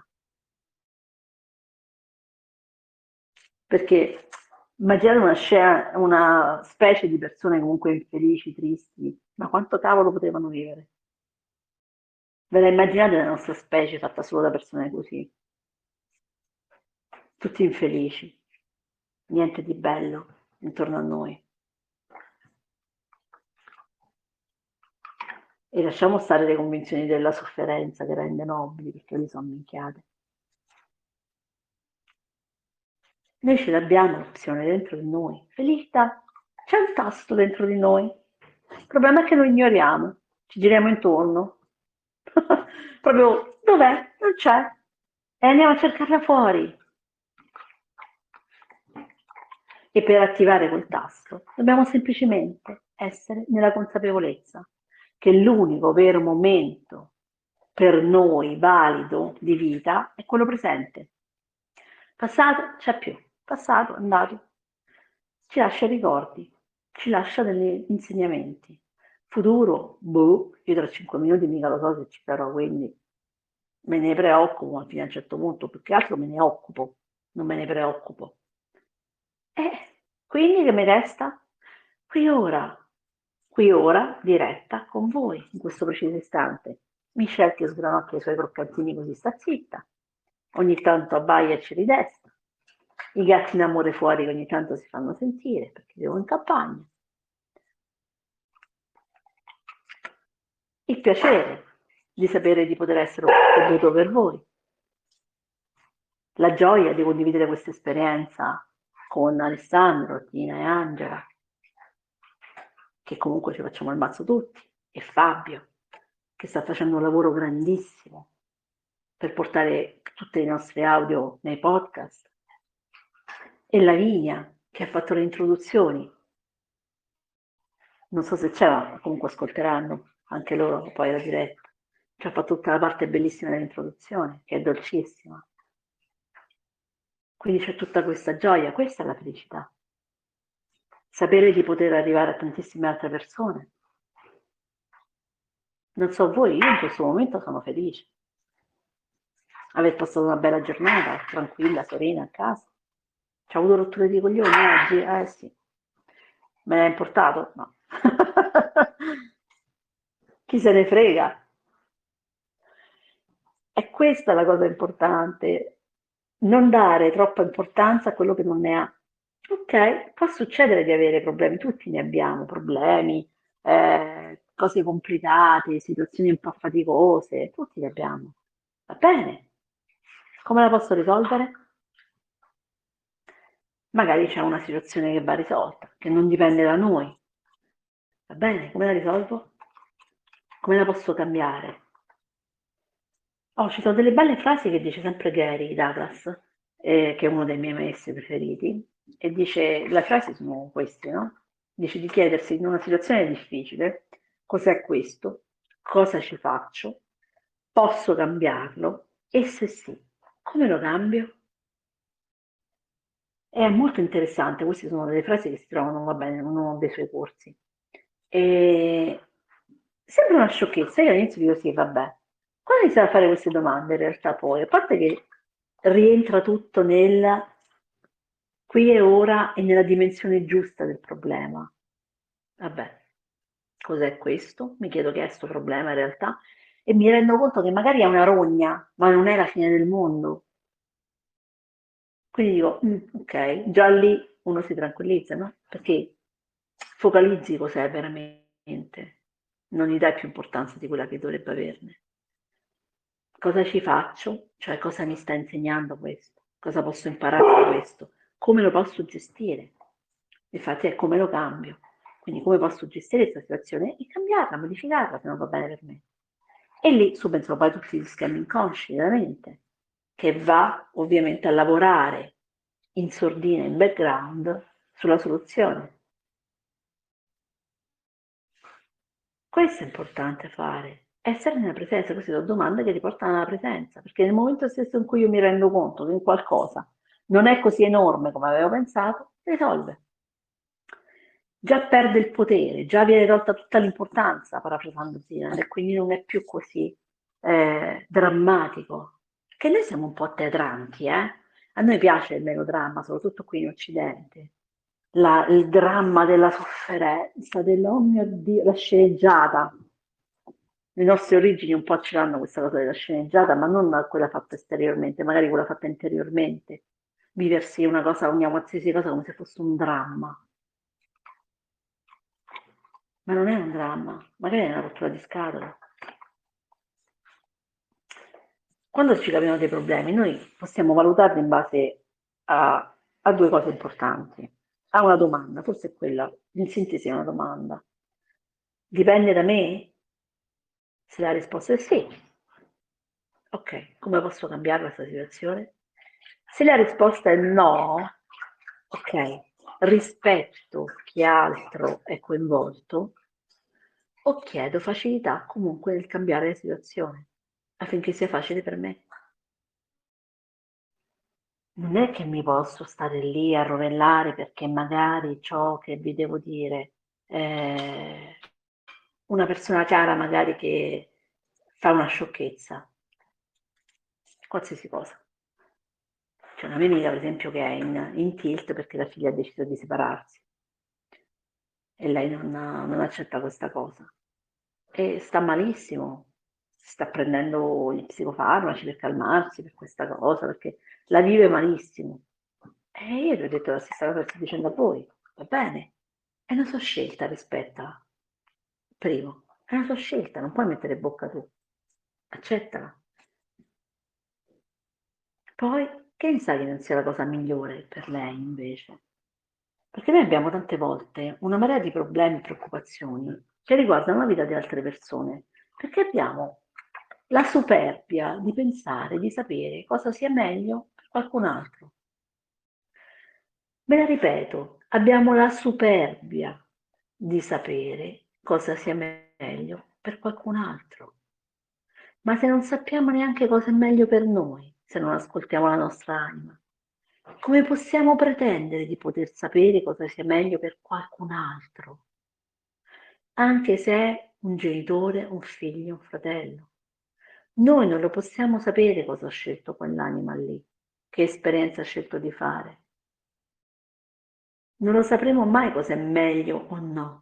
Perché immaginate una, scena, una specie di persone comunque infelici, tristi, ma quanto cavolo potevano vivere? Ve la immaginate la nostra specie fatta solo da persone così? Tutti infelici, niente di bello intorno a noi. E lasciamo stare le convinzioni della sofferenza che rende nobili, perché le sono minchiate. Noi ce l'abbiamo l'opzione dentro di noi. Felicità, c'è un tasto dentro di noi. Il problema è che lo ignoriamo, ci giriamo intorno. Proprio dov'è? Non c'è. E andiamo a cercarla fuori. E per attivare quel tasto dobbiamo semplicemente essere nella consapevolezza che l'unico vero momento per noi valido di vita è quello presente. Passato c'è più, passato, andato, ci lascia ricordi, ci lascia degli insegnamenti. Futuro, boh, io tra cinque minuti mica lo so se ci sarò, quindi me ne preoccupo fino a un certo punto, più che altro me ne occupo, non me ne preoccupo. E quindi che mi resta? Qui ora, qui ora, diretta con voi, in questo preciso istante. Michelle che sgranocchia i suoi croccantini così sta zitta, ogni tanto abbaia e ci ridesta, i gatti in amore fuori che ogni tanto si fanno sentire perché vivo in campagna. Il piacere di sapere di poter essere un contributo per voi, la gioia di condividere questa esperienza con Alessandro, Tina e Angela, che comunque ci facciamo il mazzo tutti, e Fabio, che sta facendo un lavoro grandissimo per portare tutti i nostri audio nei podcast, e Lavinia, che ha fatto le introduzioni. Non so se c'è, ma comunque ascolteranno anche loro poi la diretta. Ci ha fatto tutta la parte bellissima dell'introduzione, che è dolcissima. Quindi c'è tutta questa gioia, questa è la felicità. Sapere di poter arrivare a tantissime altre persone. Non so voi, io in questo momento sono felice. Aver passato una bella giornata, tranquilla, serena a casa. Ci ho avuto rotture di coglioni oggi? Eh sì. Me ne è importato? No. Chi se ne frega? È questa la cosa importante, non dare troppa importanza a quello che non ne ha. Ok, può succedere di avere problemi, tutti ne abbiamo, problemi, eh, cose complicate, situazioni un po' faticose, tutti le abbiamo. Va bene? Come la posso risolvere? Magari c'è una situazione che va risolta, che non dipende da noi. Va bene? Come la risolvo? Come la posso cambiare? Oh, ci sono delle belle frasi che dice sempre Gary Douglas, eh, che è uno dei miei maestri preferiti, e dice, le frasi sono queste, no? Dice di chiedersi in una situazione difficile, cos'è questo? Cosa ci faccio? Posso cambiarlo? E se sì, come lo cambio? È molto interessante, queste sono delle frasi che si trovano, va bene, in uno dei suoi corsi. E sembra una sciocchezza, io all'inizio dico sì, vabbè. Quando iniziamo a fare queste domande, in realtà poi, a parte che rientra tutto nel qui e ora e nella dimensione giusta del problema. Vabbè, cos'è questo? Mi chiedo che è questo problema in realtà e mi rendo conto che magari è una rogna, ma non è la fine del mondo. Quindi dico, "Mm, ok, già lì uno si tranquillizza, no? Perché focalizzi cos'è veramente, non gli dai più importanza di quella che dovrebbe averne. Cosa ci faccio? Cioè cosa mi sta insegnando questo? Cosa posso imparare da questo? Come lo posso gestire? Infatti è come lo cambio. Quindi come posso gestire questa situazione e cambiarla, modificarla se non va bene per me. E lì subentrano poi tutti gli schemi inconsci della mente, che va ovviamente a lavorare in sordina, in background, sulla soluzione. Questo è importante fare, essere nella presenza, queste sono domande che ti portano alla presenza, perché nel momento stesso in cui io mi rendo conto che qualcosa non è così enorme come avevo pensato, si risolve. Già perde il potere, già viene tolta tutta l'importanza, parafrasando Zidane, e quindi non è più così eh, drammatico. Che noi siamo un po' teatranti, eh? A noi piace il melodramma, soprattutto qui in Occidente. La- il dramma della sofferenza, della, oh mio Dio, la sceneggiata. le nostre origini un po' ce l'hanno questa cosa della sceneggiata, ma non quella fatta esteriormente, magari quella fatta interiormente. Viversi una cosa, ogni qualsiasi cosa come se fosse un dramma. Ma non è un dramma, magari è una rottura di scatole. Quando ci capitano dei problemi, noi possiamo valutarli in base a, a due cose importanti. A una domanda, forse è quella, in sintesi è una domanda. Dipende da me? Se la risposta è sì, ok, come posso cambiare questa situazione? Se la risposta è no, ok, rispetto chi altro è coinvolto o chiedo facilità comunque nel cambiare la situazione affinché sia facile per me. Non è che mi posso stare lì a rovellare perché magari ciò che vi devo dire, eh, una persona cara magari che fa una sciocchezza, qualsiasi cosa. C'è una mia amica, per esempio, che è in, in tilt perché la figlia ha deciso di separarsi e lei non, non accetta questa cosa. E sta malissimo, si sta prendendo gli psicofarmaci per calmarsi per questa cosa, perché la vive malissimo. E io gli ho detto la stessa cosa che sto dicendo a voi, va bene, è una sua scelta, rispettala. Primo, è una sua scelta, non puoi mettere bocca tu, accettala. Poi, che ne sa che non sia la cosa migliore per lei invece? Perché noi abbiamo tante volte una marea di problemi e preoccupazioni che riguardano la vita di altre persone, perché abbiamo la superbia di pensare, di sapere cosa sia meglio per qualcun altro. Me la ripeto, abbiamo la superbia di sapere cosa sia meglio per qualcun altro. Ma se non sappiamo neanche cosa è meglio per noi, se non ascoltiamo la nostra anima, come possiamo pretendere di poter sapere cosa sia meglio per qualcun altro? Anche se è un genitore, un figlio, un fratello. Noi non lo possiamo sapere cosa ha scelto quell'anima lì, che esperienza ha scelto di fare. Non lo sapremo mai cosa è meglio o no.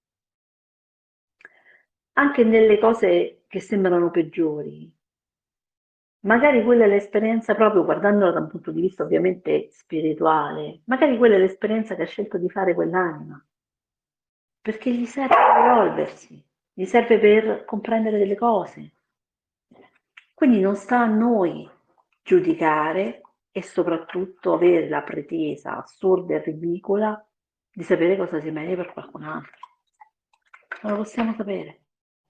Anche nelle cose che sembrano peggiori. Magari quella è l'esperienza proprio guardandola da un punto di vista ovviamente spirituale, magari quella è l'esperienza che ha scelto di fare quell'anima, perché gli serve per evolversi, gli serve per comprendere delle cose. Quindi non sta a noi giudicare e soprattutto avere la pretesa assurda e ridicola di sapere cosa sia meglio per qualcun altro. Non lo possiamo sapere.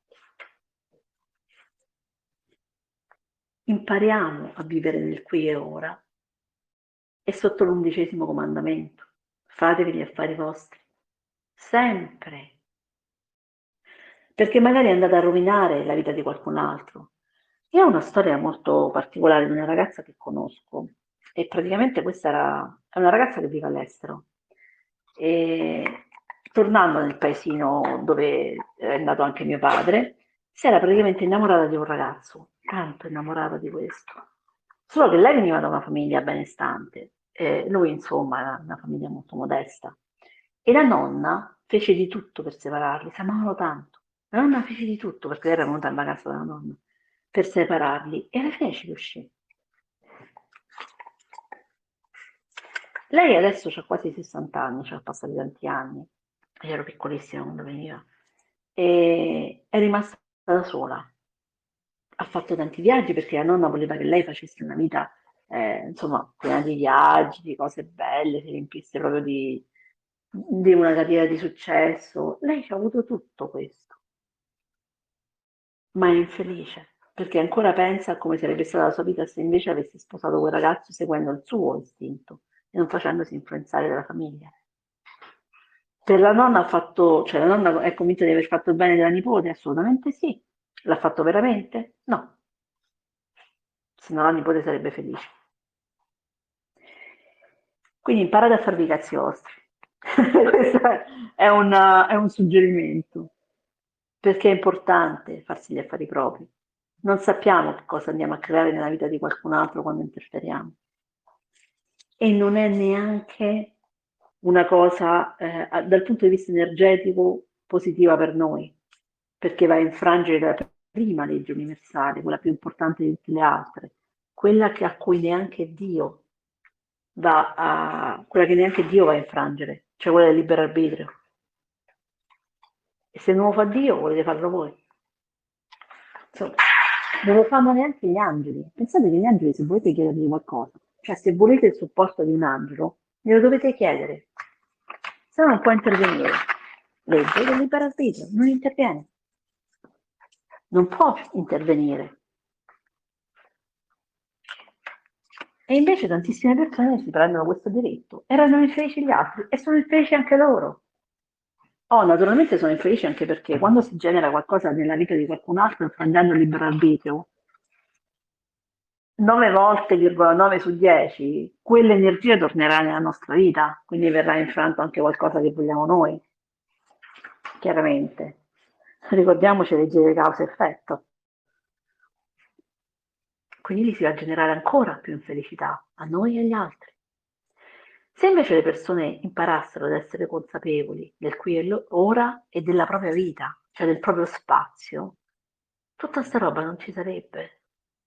Impariamo a vivere nel qui e ora e sotto l'undicesimo comandamento. Fatevi gli affari vostri. Sempre. Perché magari andate a rovinare la vita di qualcun altro. Io ho una storia molto particolare di una ragazza che conosco e praticamente questa era è una ragazza che vive all'estero e tornando nel paesino dove è nato anche mio padre, si era praticamente innamorata di un ragazzo, tanto innamorata di questo. Solo che lei veniva da una famiglia benestante, e lui insomma era una famiglia molto modesta e la nonna fece di tutto per separarli, si amavano tanto. La nonna fece di tutto perché lei era venuta in vacanza dalla nonna per separarli e alla fine ci riuscì. Lei adesso ha quasi sessanta anni, ci ha passati tanti anni, io ero piccolissima quando veniva, e è rimasta da sola. Ha fatto tanti viaggi perché la nonna voleva che lei facesse una vita, eh, insomma, piena di viaggi, di cose belle, si riempisse proprio di, di una carriera di successo. Lei ci ha avuto tutto questo, ma è infelice perché ancora pensa a come sarebbe stata la sua vita se invece avesse sposato quel ragazzo seguendo il suo istinto e non facendosi influenzare dalla famiglia. Per la nonna ha fatto, cioè la nonna è convinta di aver fatto il bene della nipote? Assolutamente sì. L'ha fatto veramente? No, se no la nipote sarebbe felice. Quindi imparate a farvi i cazzi vostri. Questo è un, è un suggerimento, perché è importante farsi gli affari propri. Non sappiamo che cosa andiamo a creare nella vita di qualcun altro quando interferiamo. E non è neanche una cosa eh, dal punto di vista energetico positiva per noi, perché va a infrangere la prima legge universale, quella più importante di tutte le altre, quella che a cui neanche Dio va a, quella che neanche Dio va a infrangere, cioè quella del libero arbitrio. E se non lo fa Dio, volete farlo voi. Insomma, non lo fanno neanche gli angeli. Pensate che gli angeli, se volete chiedergli qualcosa, cioè se volete il supporto di un angelo, glielo dovete chiedere. Se no non può intervenire. Legge del libero arbitrio, non interviene. Non può intervenire. E invece tantissime persone si prendono questo diritto e rendono infelici gli altri e sono infelici anche loro. Oh, naturalmente sono infelici anche perché quando si genera qualcosa nella vita di qualcun altro infrangendo il libero arbitrio, nove volte, virgola nove su dieci, quell'energia tornerà nella nostra vita, quindi verrà infranto anche qualcosa che vogliamo noi, chiaramente. Ricordiamoci legge di causa e effetto. Quindi si va a generare ancora più infelicità a noi e agli altri. Se invece le persone imparassero ad essere consapevoli del qui e ora e della propria vita, cioè del proprio spazio, tutta sta roba non ci sarebbe.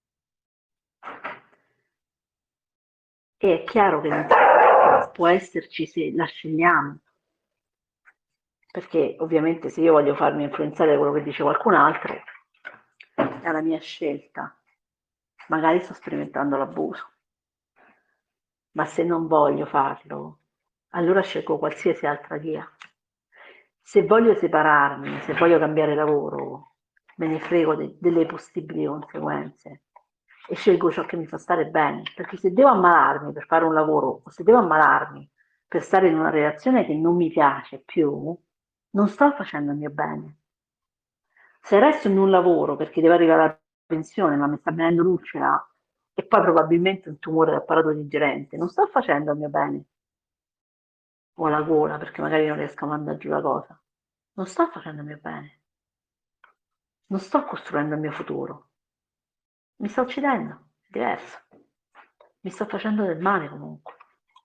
E è chiaro che non può esserci se la scegliamo, perché ovviamente se io voglio farmi influenzare da quello che dice qualcun altro, è la mia scelta. Magari sto sperimentando l'abuso, ma se non voglio farlo, allora scelgo qualsiasi altra via. Se voglio separarmi, se voglio cambiare lavoro, me ne frego de- delle possibili conseguenze e scelgo ciò che mi fa stare bene, perché se devo ammalarmi per fare un lavoro o se devo ammalarmi per stare in una relazione che non mi piace più, non sto facendo il mio bene. Se resto in un lavoro perché devo arrivare alla pensione, ma mi sta venendo l'ulcera e poi probabilmente un tumore d'apparato digerente, non sto facendo il mio bene. O alla gola perché magari non riesco a mandare giù la cosa. Non sto facendo il mio bene. Non sto costruendo il mio futuro. Mi sto uccidendo, è diverso. Mi sto facendo del male comunque.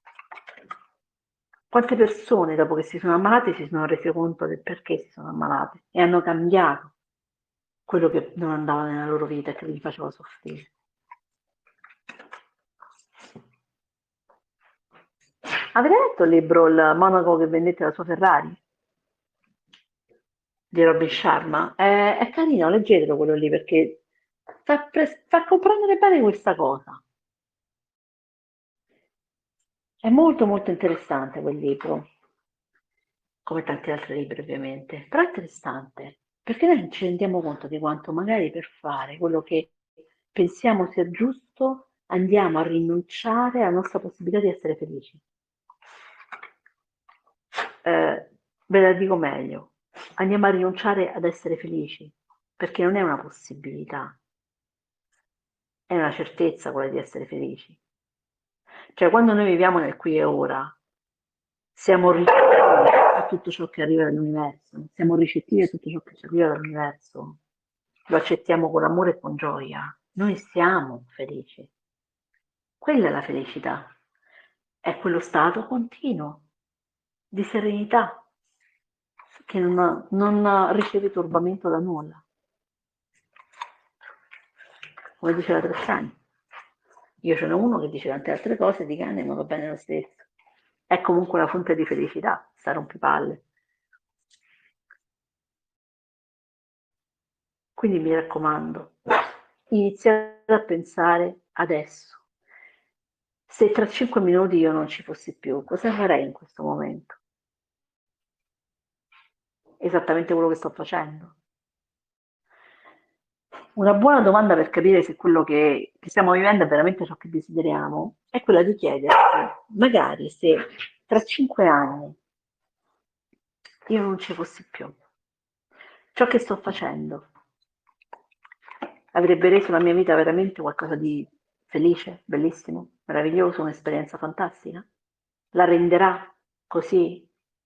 Quante persone dopo che si sono ammalate si sono rese conto del perché si sono ammalate e hanno cambiato quello che non andava nella loro vita e che li faceva soffrire. Avete letto il libro Il monaco che vendette la sua Ferrari? Di Robin Sharma? È, è carino, leggetelo quello lì perché fa, pre- fa comprendere bene questa cosa. È molto molto interessante quel libro, come tanti altri libri ovviamente, però è interessante perché noi non ci rendiamo conto di quanto magari per fare quello che pensiamo sia giusto andiamo a rinunciare alla nostra possibilità di essere felici. Eh, ve la dico meglio, andiamo a rinunciare ad essere felici perché non è una possibilità, è una certezza quella di essere felici. Cioè quando noi viviamo nel qui e ora, siamo ricettivi a tutto ciò che arriva dall'universo, siamo ricettivi a tutto ciò che ci arriva dall'universo, lo accettiamo con amore e con gioia, noi siamo felici. Quella è la felicità, è quello stato continuo di serenità che non, non riceve turbamento da nulla. Come diceva Treccani, io ce n'è uno che dice tante altre cose di cane, ma va bene lo stesso. È comunque una fonte di felicità, sta rompipalle. Quindi mi raccomando, iniziate a pensare adesso. Se tra cinque minuti io non ci fossi più, cosa farei in questo momento? Esattamente quello che sto facendo. Una buona domanda per capire se quello che, che stiamo vivendo è veramente ciò che desideriamo è quella di chiedersi, magari se tra cinque anni io non ci fossi più, ciò che sto facendo avrebbe reso la mia vita veramente qualcosa di felice, bellissimo, meraviglioso, un'esperienza fantastica? La renderà così?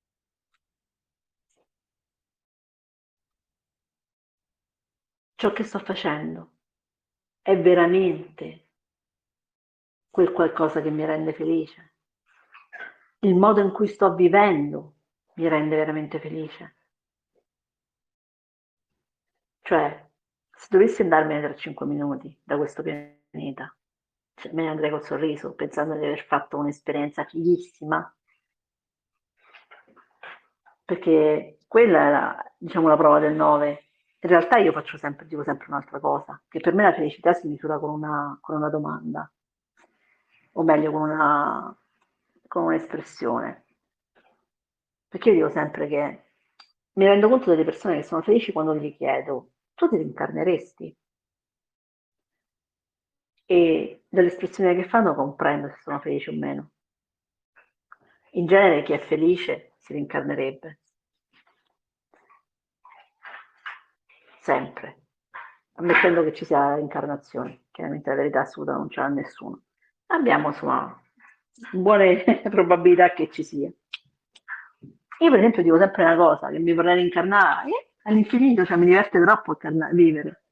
Ciò che sto facendo è veramente quel qualcosa che mi rende felice? Il modo in cui sto vivendo mi rende veramente felice? Cioè, Se dovessi andarmene tra cinque minuti da questo pianeta, cioè, me ne andrei col sorriso, pensando di aver fatto un'esperienza fighissima, perché quella era, diciamo, la prova del nove. In realtà io faccio sempre, dico sempre un'altra cosa, che per me la felicità si misura con una, con una domanda, o meglio con una, con un'espressione. Perché io dico sempre che mi rendo conto delle persone che sono felici quando gli chiedo, tu ti rincarneresti? E dall'espressione che fanno comprendo se sono felici o meno. In genere chi è felice si rincarnerebbe, sempre, ammettendo che ci sia incarnazione, chiaramente la verità assoluta non ce l'ha nessuno. Abbiamo insomma buone probabilità che ci sia. Io per esempio dico sempre una cosa, che mi vorrei rincarnare eh, all'infinito, cioè mi diverte troppo carna- vivere.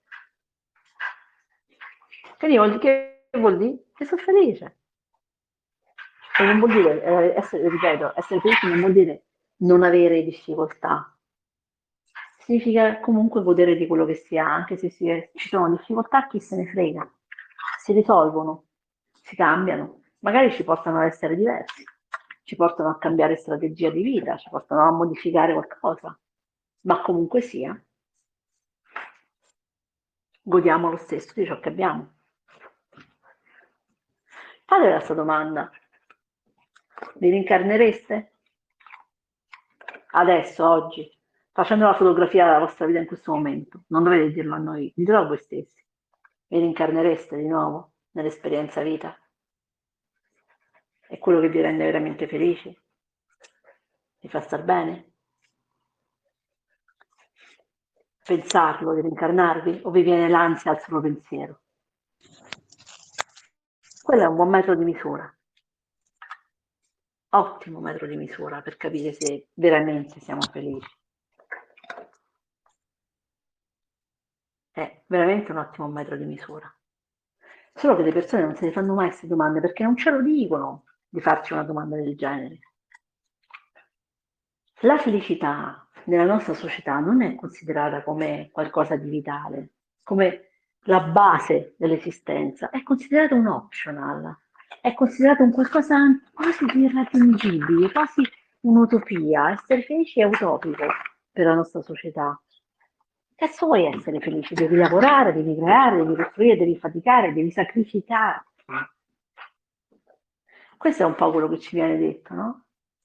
Quindi vuol dire, che vuol dire? Che sono felice. E non vuol dire, eh, essere, ripeto, essere felici non vuol dire non avere difficoltà. Significa comunque godere di quello che si ha, anche se si è- ci sono difficoltà, chi se ne frega. Si risolvono, si cambiano, magari ci portano ad essere diversi, ci portano a cambiare strategia di vita, ci portano a modificare qualcosa, ma comunque sia, godiamo lo stesso di ciò che abbiamo. Fate questa domanda. Vi rincarnereste? Adesso, oggi, facendo la fotografia della vostra vita in questo momento, non dovete dirlo a noi, ditelo a voi stessi. Vi rincarnereste di nuovo nell'esperienza vita? È quello che vi rende veramente felici? Vi fa star bene? Pensarlo di rincarnarvi o vi viene l'ansia al solo pensiero? Quello è un buon metro di misura, ottimo metro di misura per capire se veramente siamo felici. È veramente un ottimo metro di misura. Solo che le persone non se ne fanno mai queste domande perché non ce lo dicono di farci una domanda del genere. La felicità nella nostra società non è considerata come qualcosa di vitale, come la base dell'esistenza, è considerata un optional, è considerato un qualcosa quasi di irraggiungibile, quasi un'utopia. Essere felici è utopico per la nostra società. Cazzo vuoi essere felice? Devi lavorare, devi creare, devi costruire, devi faticare, devi sacrificare. Questo è un po' quello che ci viene detto, no?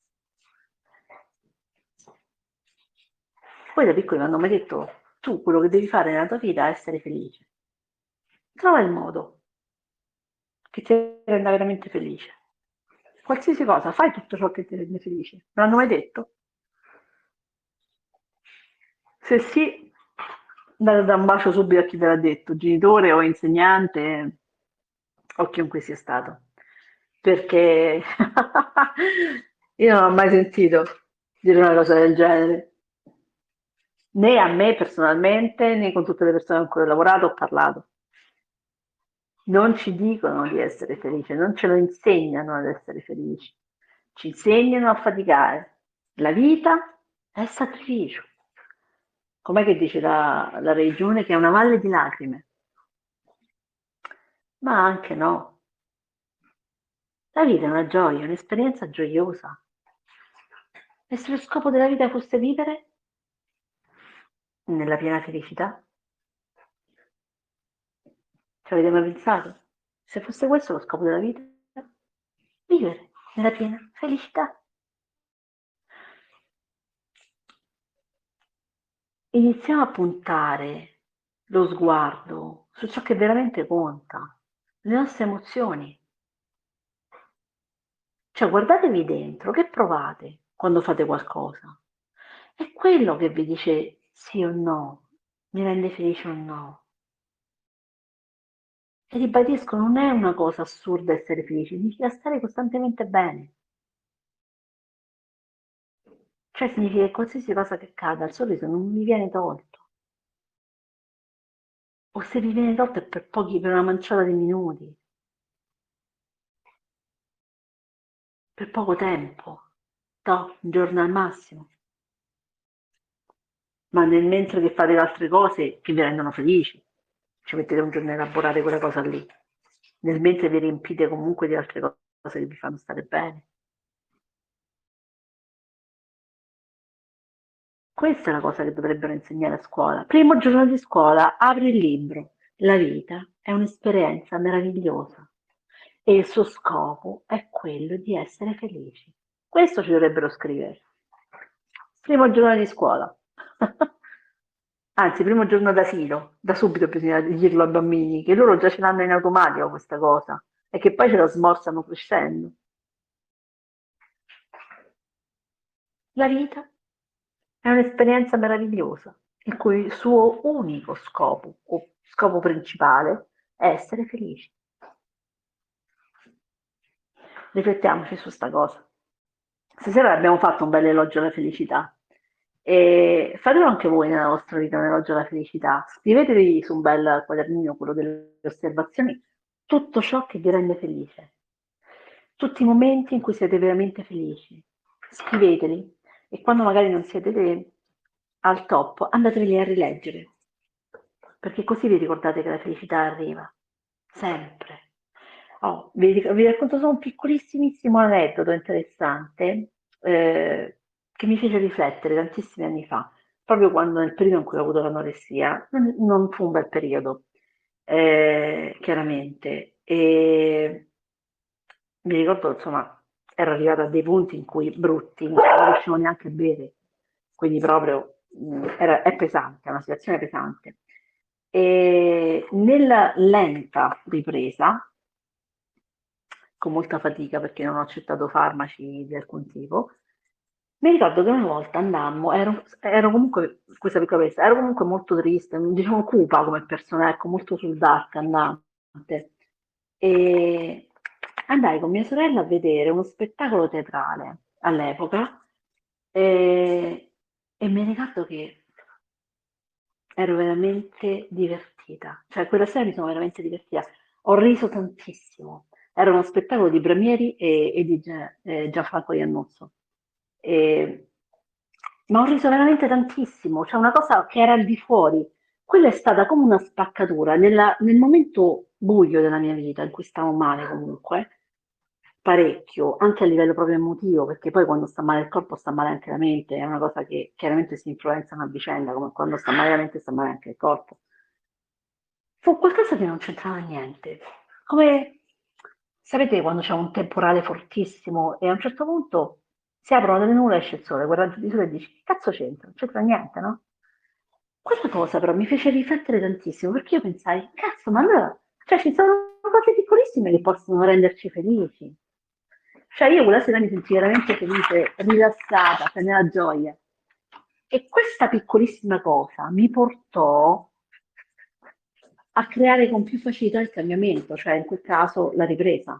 Poi da piccoli mi hanno mai detto, tu quello che devi fare nella tua vita è essere felice. Trova il modo che ti renda veramente felice. Qualsiasi cosa, fai tutto ciò che ti rende felice. Me l'hanno mai detto? Se sì, date da un bacio subito a chi te l'ha detto, genitore o insegnante o chiunque sia stato. Perché io non ho mai sentito dire una cosa del genere. Né a me personalmente, né con tutte le persone con cui ho lavorato ho parlato. Non ci dicono di essere felici, non ce lo insegnano ad essere felici, ci insegnano a faticare. La vita è sacrificio. Com'è che dice la, la religione? Che è una valle di lacrime. Ma anche no. La vita è una gioia, un'esperienza gioiosa. E se lo scopo della vita fosse vivere nella piena felicità? Ci avete mai pensato? Se fosse questo lo scopo della vita? Vivere nella piena felicità. Iniziamo a puntare lo sguardo su ciò che veramente conta, le nostre emozioni. Cioè guardatevi dentro, che provate quando fate qualcosa? È quello che vi dice sì o no, mi rende felice o no. E ribadisco, non è una cosa assurda essere felici, significa stare costantemente bene. Cioè significa che qualsiasi cosa che accada, il sorriso non mi viene tolto. O se vi viene tolto è per pochi, per una manciata di minuti, per poco tempo, no, un giorno al massimo. Ma nel mentre che fate le altre cose che vi rendono felici. ci mettete un giorno a elaborare quella cosa lì, nel mentre vi riempite comunque di altre cose che vi fanno stare bene. Questa è la cosa che dovrebbero insegnare a scuola. Primo giorno di scuola, apri il libro. La vita è un'esperienza meravigliosa e il suo scopo è quello di essere felici. Questo ci dovrebbero scrivere. Primo giorno di scuola. Anzi, primo giorno d'asilo, da subito bisogna dirlo ai bambini, che loro già ce l'hanno in automatico questa cosa e che poi ce la smorzano crescendo. La vita è un'esperienza meravigliosa, il cui suo unico scopo, o scopo principale, è essere felici. Riflettiamoci su sta cosa. Stasera abbiamo fatto un bel elogio alla felicità. E fatelo anche voi nella vostra vita un elogio alla felicità. Scrivetevi su un bel quadernino, quello delle osservazioni, tutto ciò che vi rende felice. Tutti i momenti in cui siete veramente felici. Scriveteli e quando magari non siete al top, andateveli a rileggere. Perché così vi ricordate che la felicità arriva. Sempre. Oh, vi, vi racconto solo un piccolissimissimo aneddoto interessante eh, che mi fece riflettere tantissimi anni fa, proprio quando nel periodo in cui ho avuto l'anoressia, non, non fu un bel periodo, eh, chiaramente, e mi ricordo, insomma, ero arrivata a dei punti in cui brutti, non riuscivo neanche a bere, quindi proprio mh, era, è pesante, è una situazione pesante. E nella lenta ripresa, con molta fatica perché non ho accettato farmaci di alcun tipo, mi ricordo che una volta andammo, ero, ero comunque, questa piccola questa, ero comunque molto triste, diciamo cupa come persona, ecco, molto sul dark andante. E andai con mia sorella a vedere uno spettacolo teatrale all'epoca e, e mi ricordo che ero veramente divertita, cioè quella sera mi sono veramente divertita, ho riso tantissimo. Era uno spettacolo di Bramieri e, e di Gia- eh, Gianfranco Iannuzzo. E- ma ho riso veramente tantissimo, cioè una cosa che era al di fuori. Quella è stata come una spaccatura nella- nel momento buio della mia vita, in cui stavo male comunque, parecchio, anche a livello proprio emotivo, perché poi quando sta male il corpo sta male anche la mente, è una cosa che chiaramente si influenzano a vicenda, come quando sta male la mente sta male anche il corpo. Fu qualcosa che non c'entrava niente. Come sapete quando c'è un temporale fortissimo e a un certo punto si aprono delle nuvole e esce il sole, guarda giù di sole e dici che cazzo c'entra? Non c'entra niente, no? Questa cosa però mi fece riflettere tantissimo perché io pensai, cazzo, ma allora, cioè ci sono cose piccolissime che possono renderci felici. Cioè io quella sera mi sentii veramente felice, rilassata, cioè nella gioia. E questa piccolissima cosa mi portò a creare con più facilità il cambiamento, cioè in quel caso la ripresa.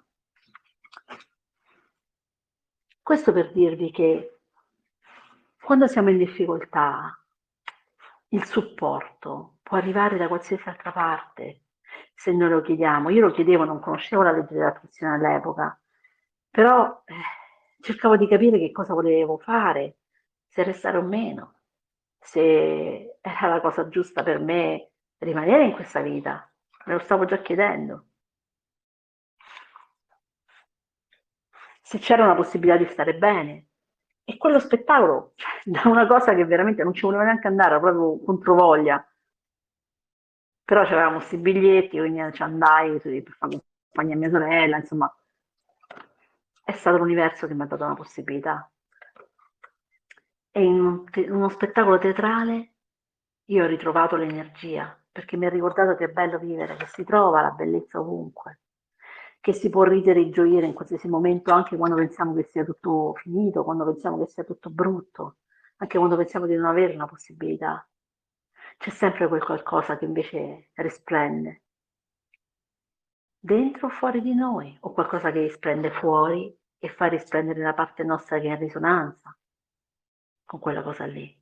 Questo per dirvi che quando siamo in difficoltà, il supporto può arrivare da qualsiasi altra parte, se noi lo chiediamo. Io lo chiedevo, non conoscevo la legge dell'attrazione all'epoca, però eh, cercavo di capire che cosa volevo fare, se restare o meno, se era la cosa giusta per me rimanere in questa vita. Me lo stavo già chiedendo. Se c'era una possibilità di stare bene. E quello spettacolo, cioè, da una cosa che veramente non ci voleva neanche andare, era proprio controvoglia. Però avevamo questi biglietti, quindi ci andai per fare compagnia a mia sorella, insomma, è stato l'universo che mi ha dato una possibilità. E in un te- uno spettacolo teatrale io ho ritrovato l'energia, perché mi ha ricordato che è bello vivere, che si trova la bellezza ovunque, che si può ridere e gioire in qualsiasi momento, anche quando pensiamo che sia tutto finito, quando pensiamo che sia tutto brutto, anche quando pensiamo di non avere una possibilità. C'è sempre quel qualcosa che invece risplende, dentro o fuori di noi, o qualcosa che risplende fuori e fa risplendere la parte nostra che è in risonanza con quella cosa lì.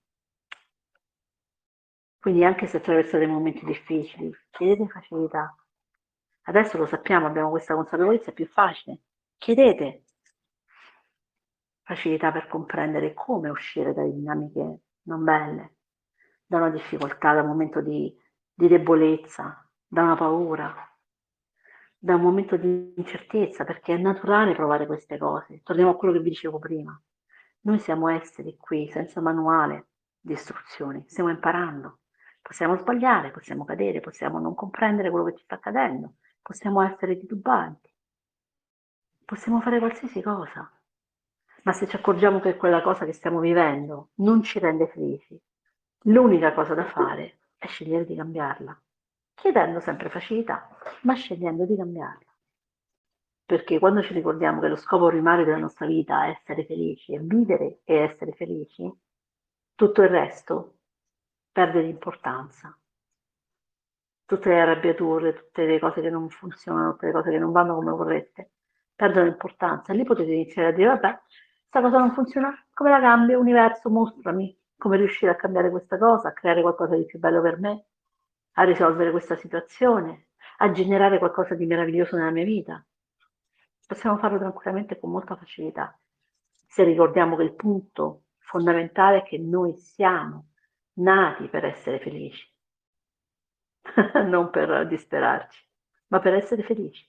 Quindi anche se attraversate momenti difficili, chiedete facilità. Adesso lo sappiamo, abbiamo questa consapevolezza, è più facile. Chiedete facilità per comprendere come uscire dalle dinamiche non belle, da una difficoltà, da un momento di, di debolezza, da una paura, da un momento di incertezza, perché è naturale provare queste cose. Torniamo a quello che vi dicevo prima. Noi siamo esseri qui senza manuale di istruzioni, stiamo imparando. Possiamo sbagliare, possiamo cadere, possiamo non comprendere quello che ci sta accadendo, possiamo essere titubanti, possiamo fare qualsiasi cosa. Ma se ci accorgiamo che quella cosa che stiamo vivendo non ci rende felici, l'unica cosa da fare è scegliere di cambiarla, chiedendo sempre facilità, ma scegliendo di cambiarla. Perché quando ci ricordiamo che lo scopo primario della nostra vita è essere felici, è vivere e essere felici, tutto il resto perde di importanza. Tutte le arrabbiature, tutte le cose che non funzionano, tutte le cose che non vanno come vorreste, perdono importanza. E lì potete iniziare a dire, vabbè, questa cosa non funziona, come la cambio? Universo, mostrami come riuscire a cambiare questa cosa, a creare qualcosa di più bello per me, a risolvere questa situazione, a generare qualcosa di meraviglioso nella mia vita. Possiamo farlo tranquillamente con molta facilità, se ricordiamo che il punto fondamentale è che noi siamo nati per essere felici, non per disperarci, ma per essere felici.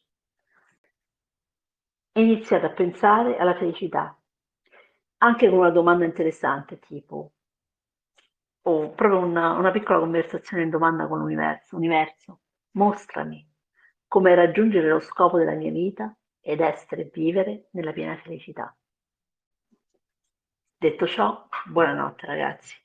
E iniziate a pensare alla felicità, anche con una domanda interessante, tipo, o proprio una, una piccola conversazione in domanda con l'universo. Universo, mostrami come raggiungere lo scopo della mia vita ed essere e vivere nella piena felicità. Detto ciò, buonanotte ragazzi.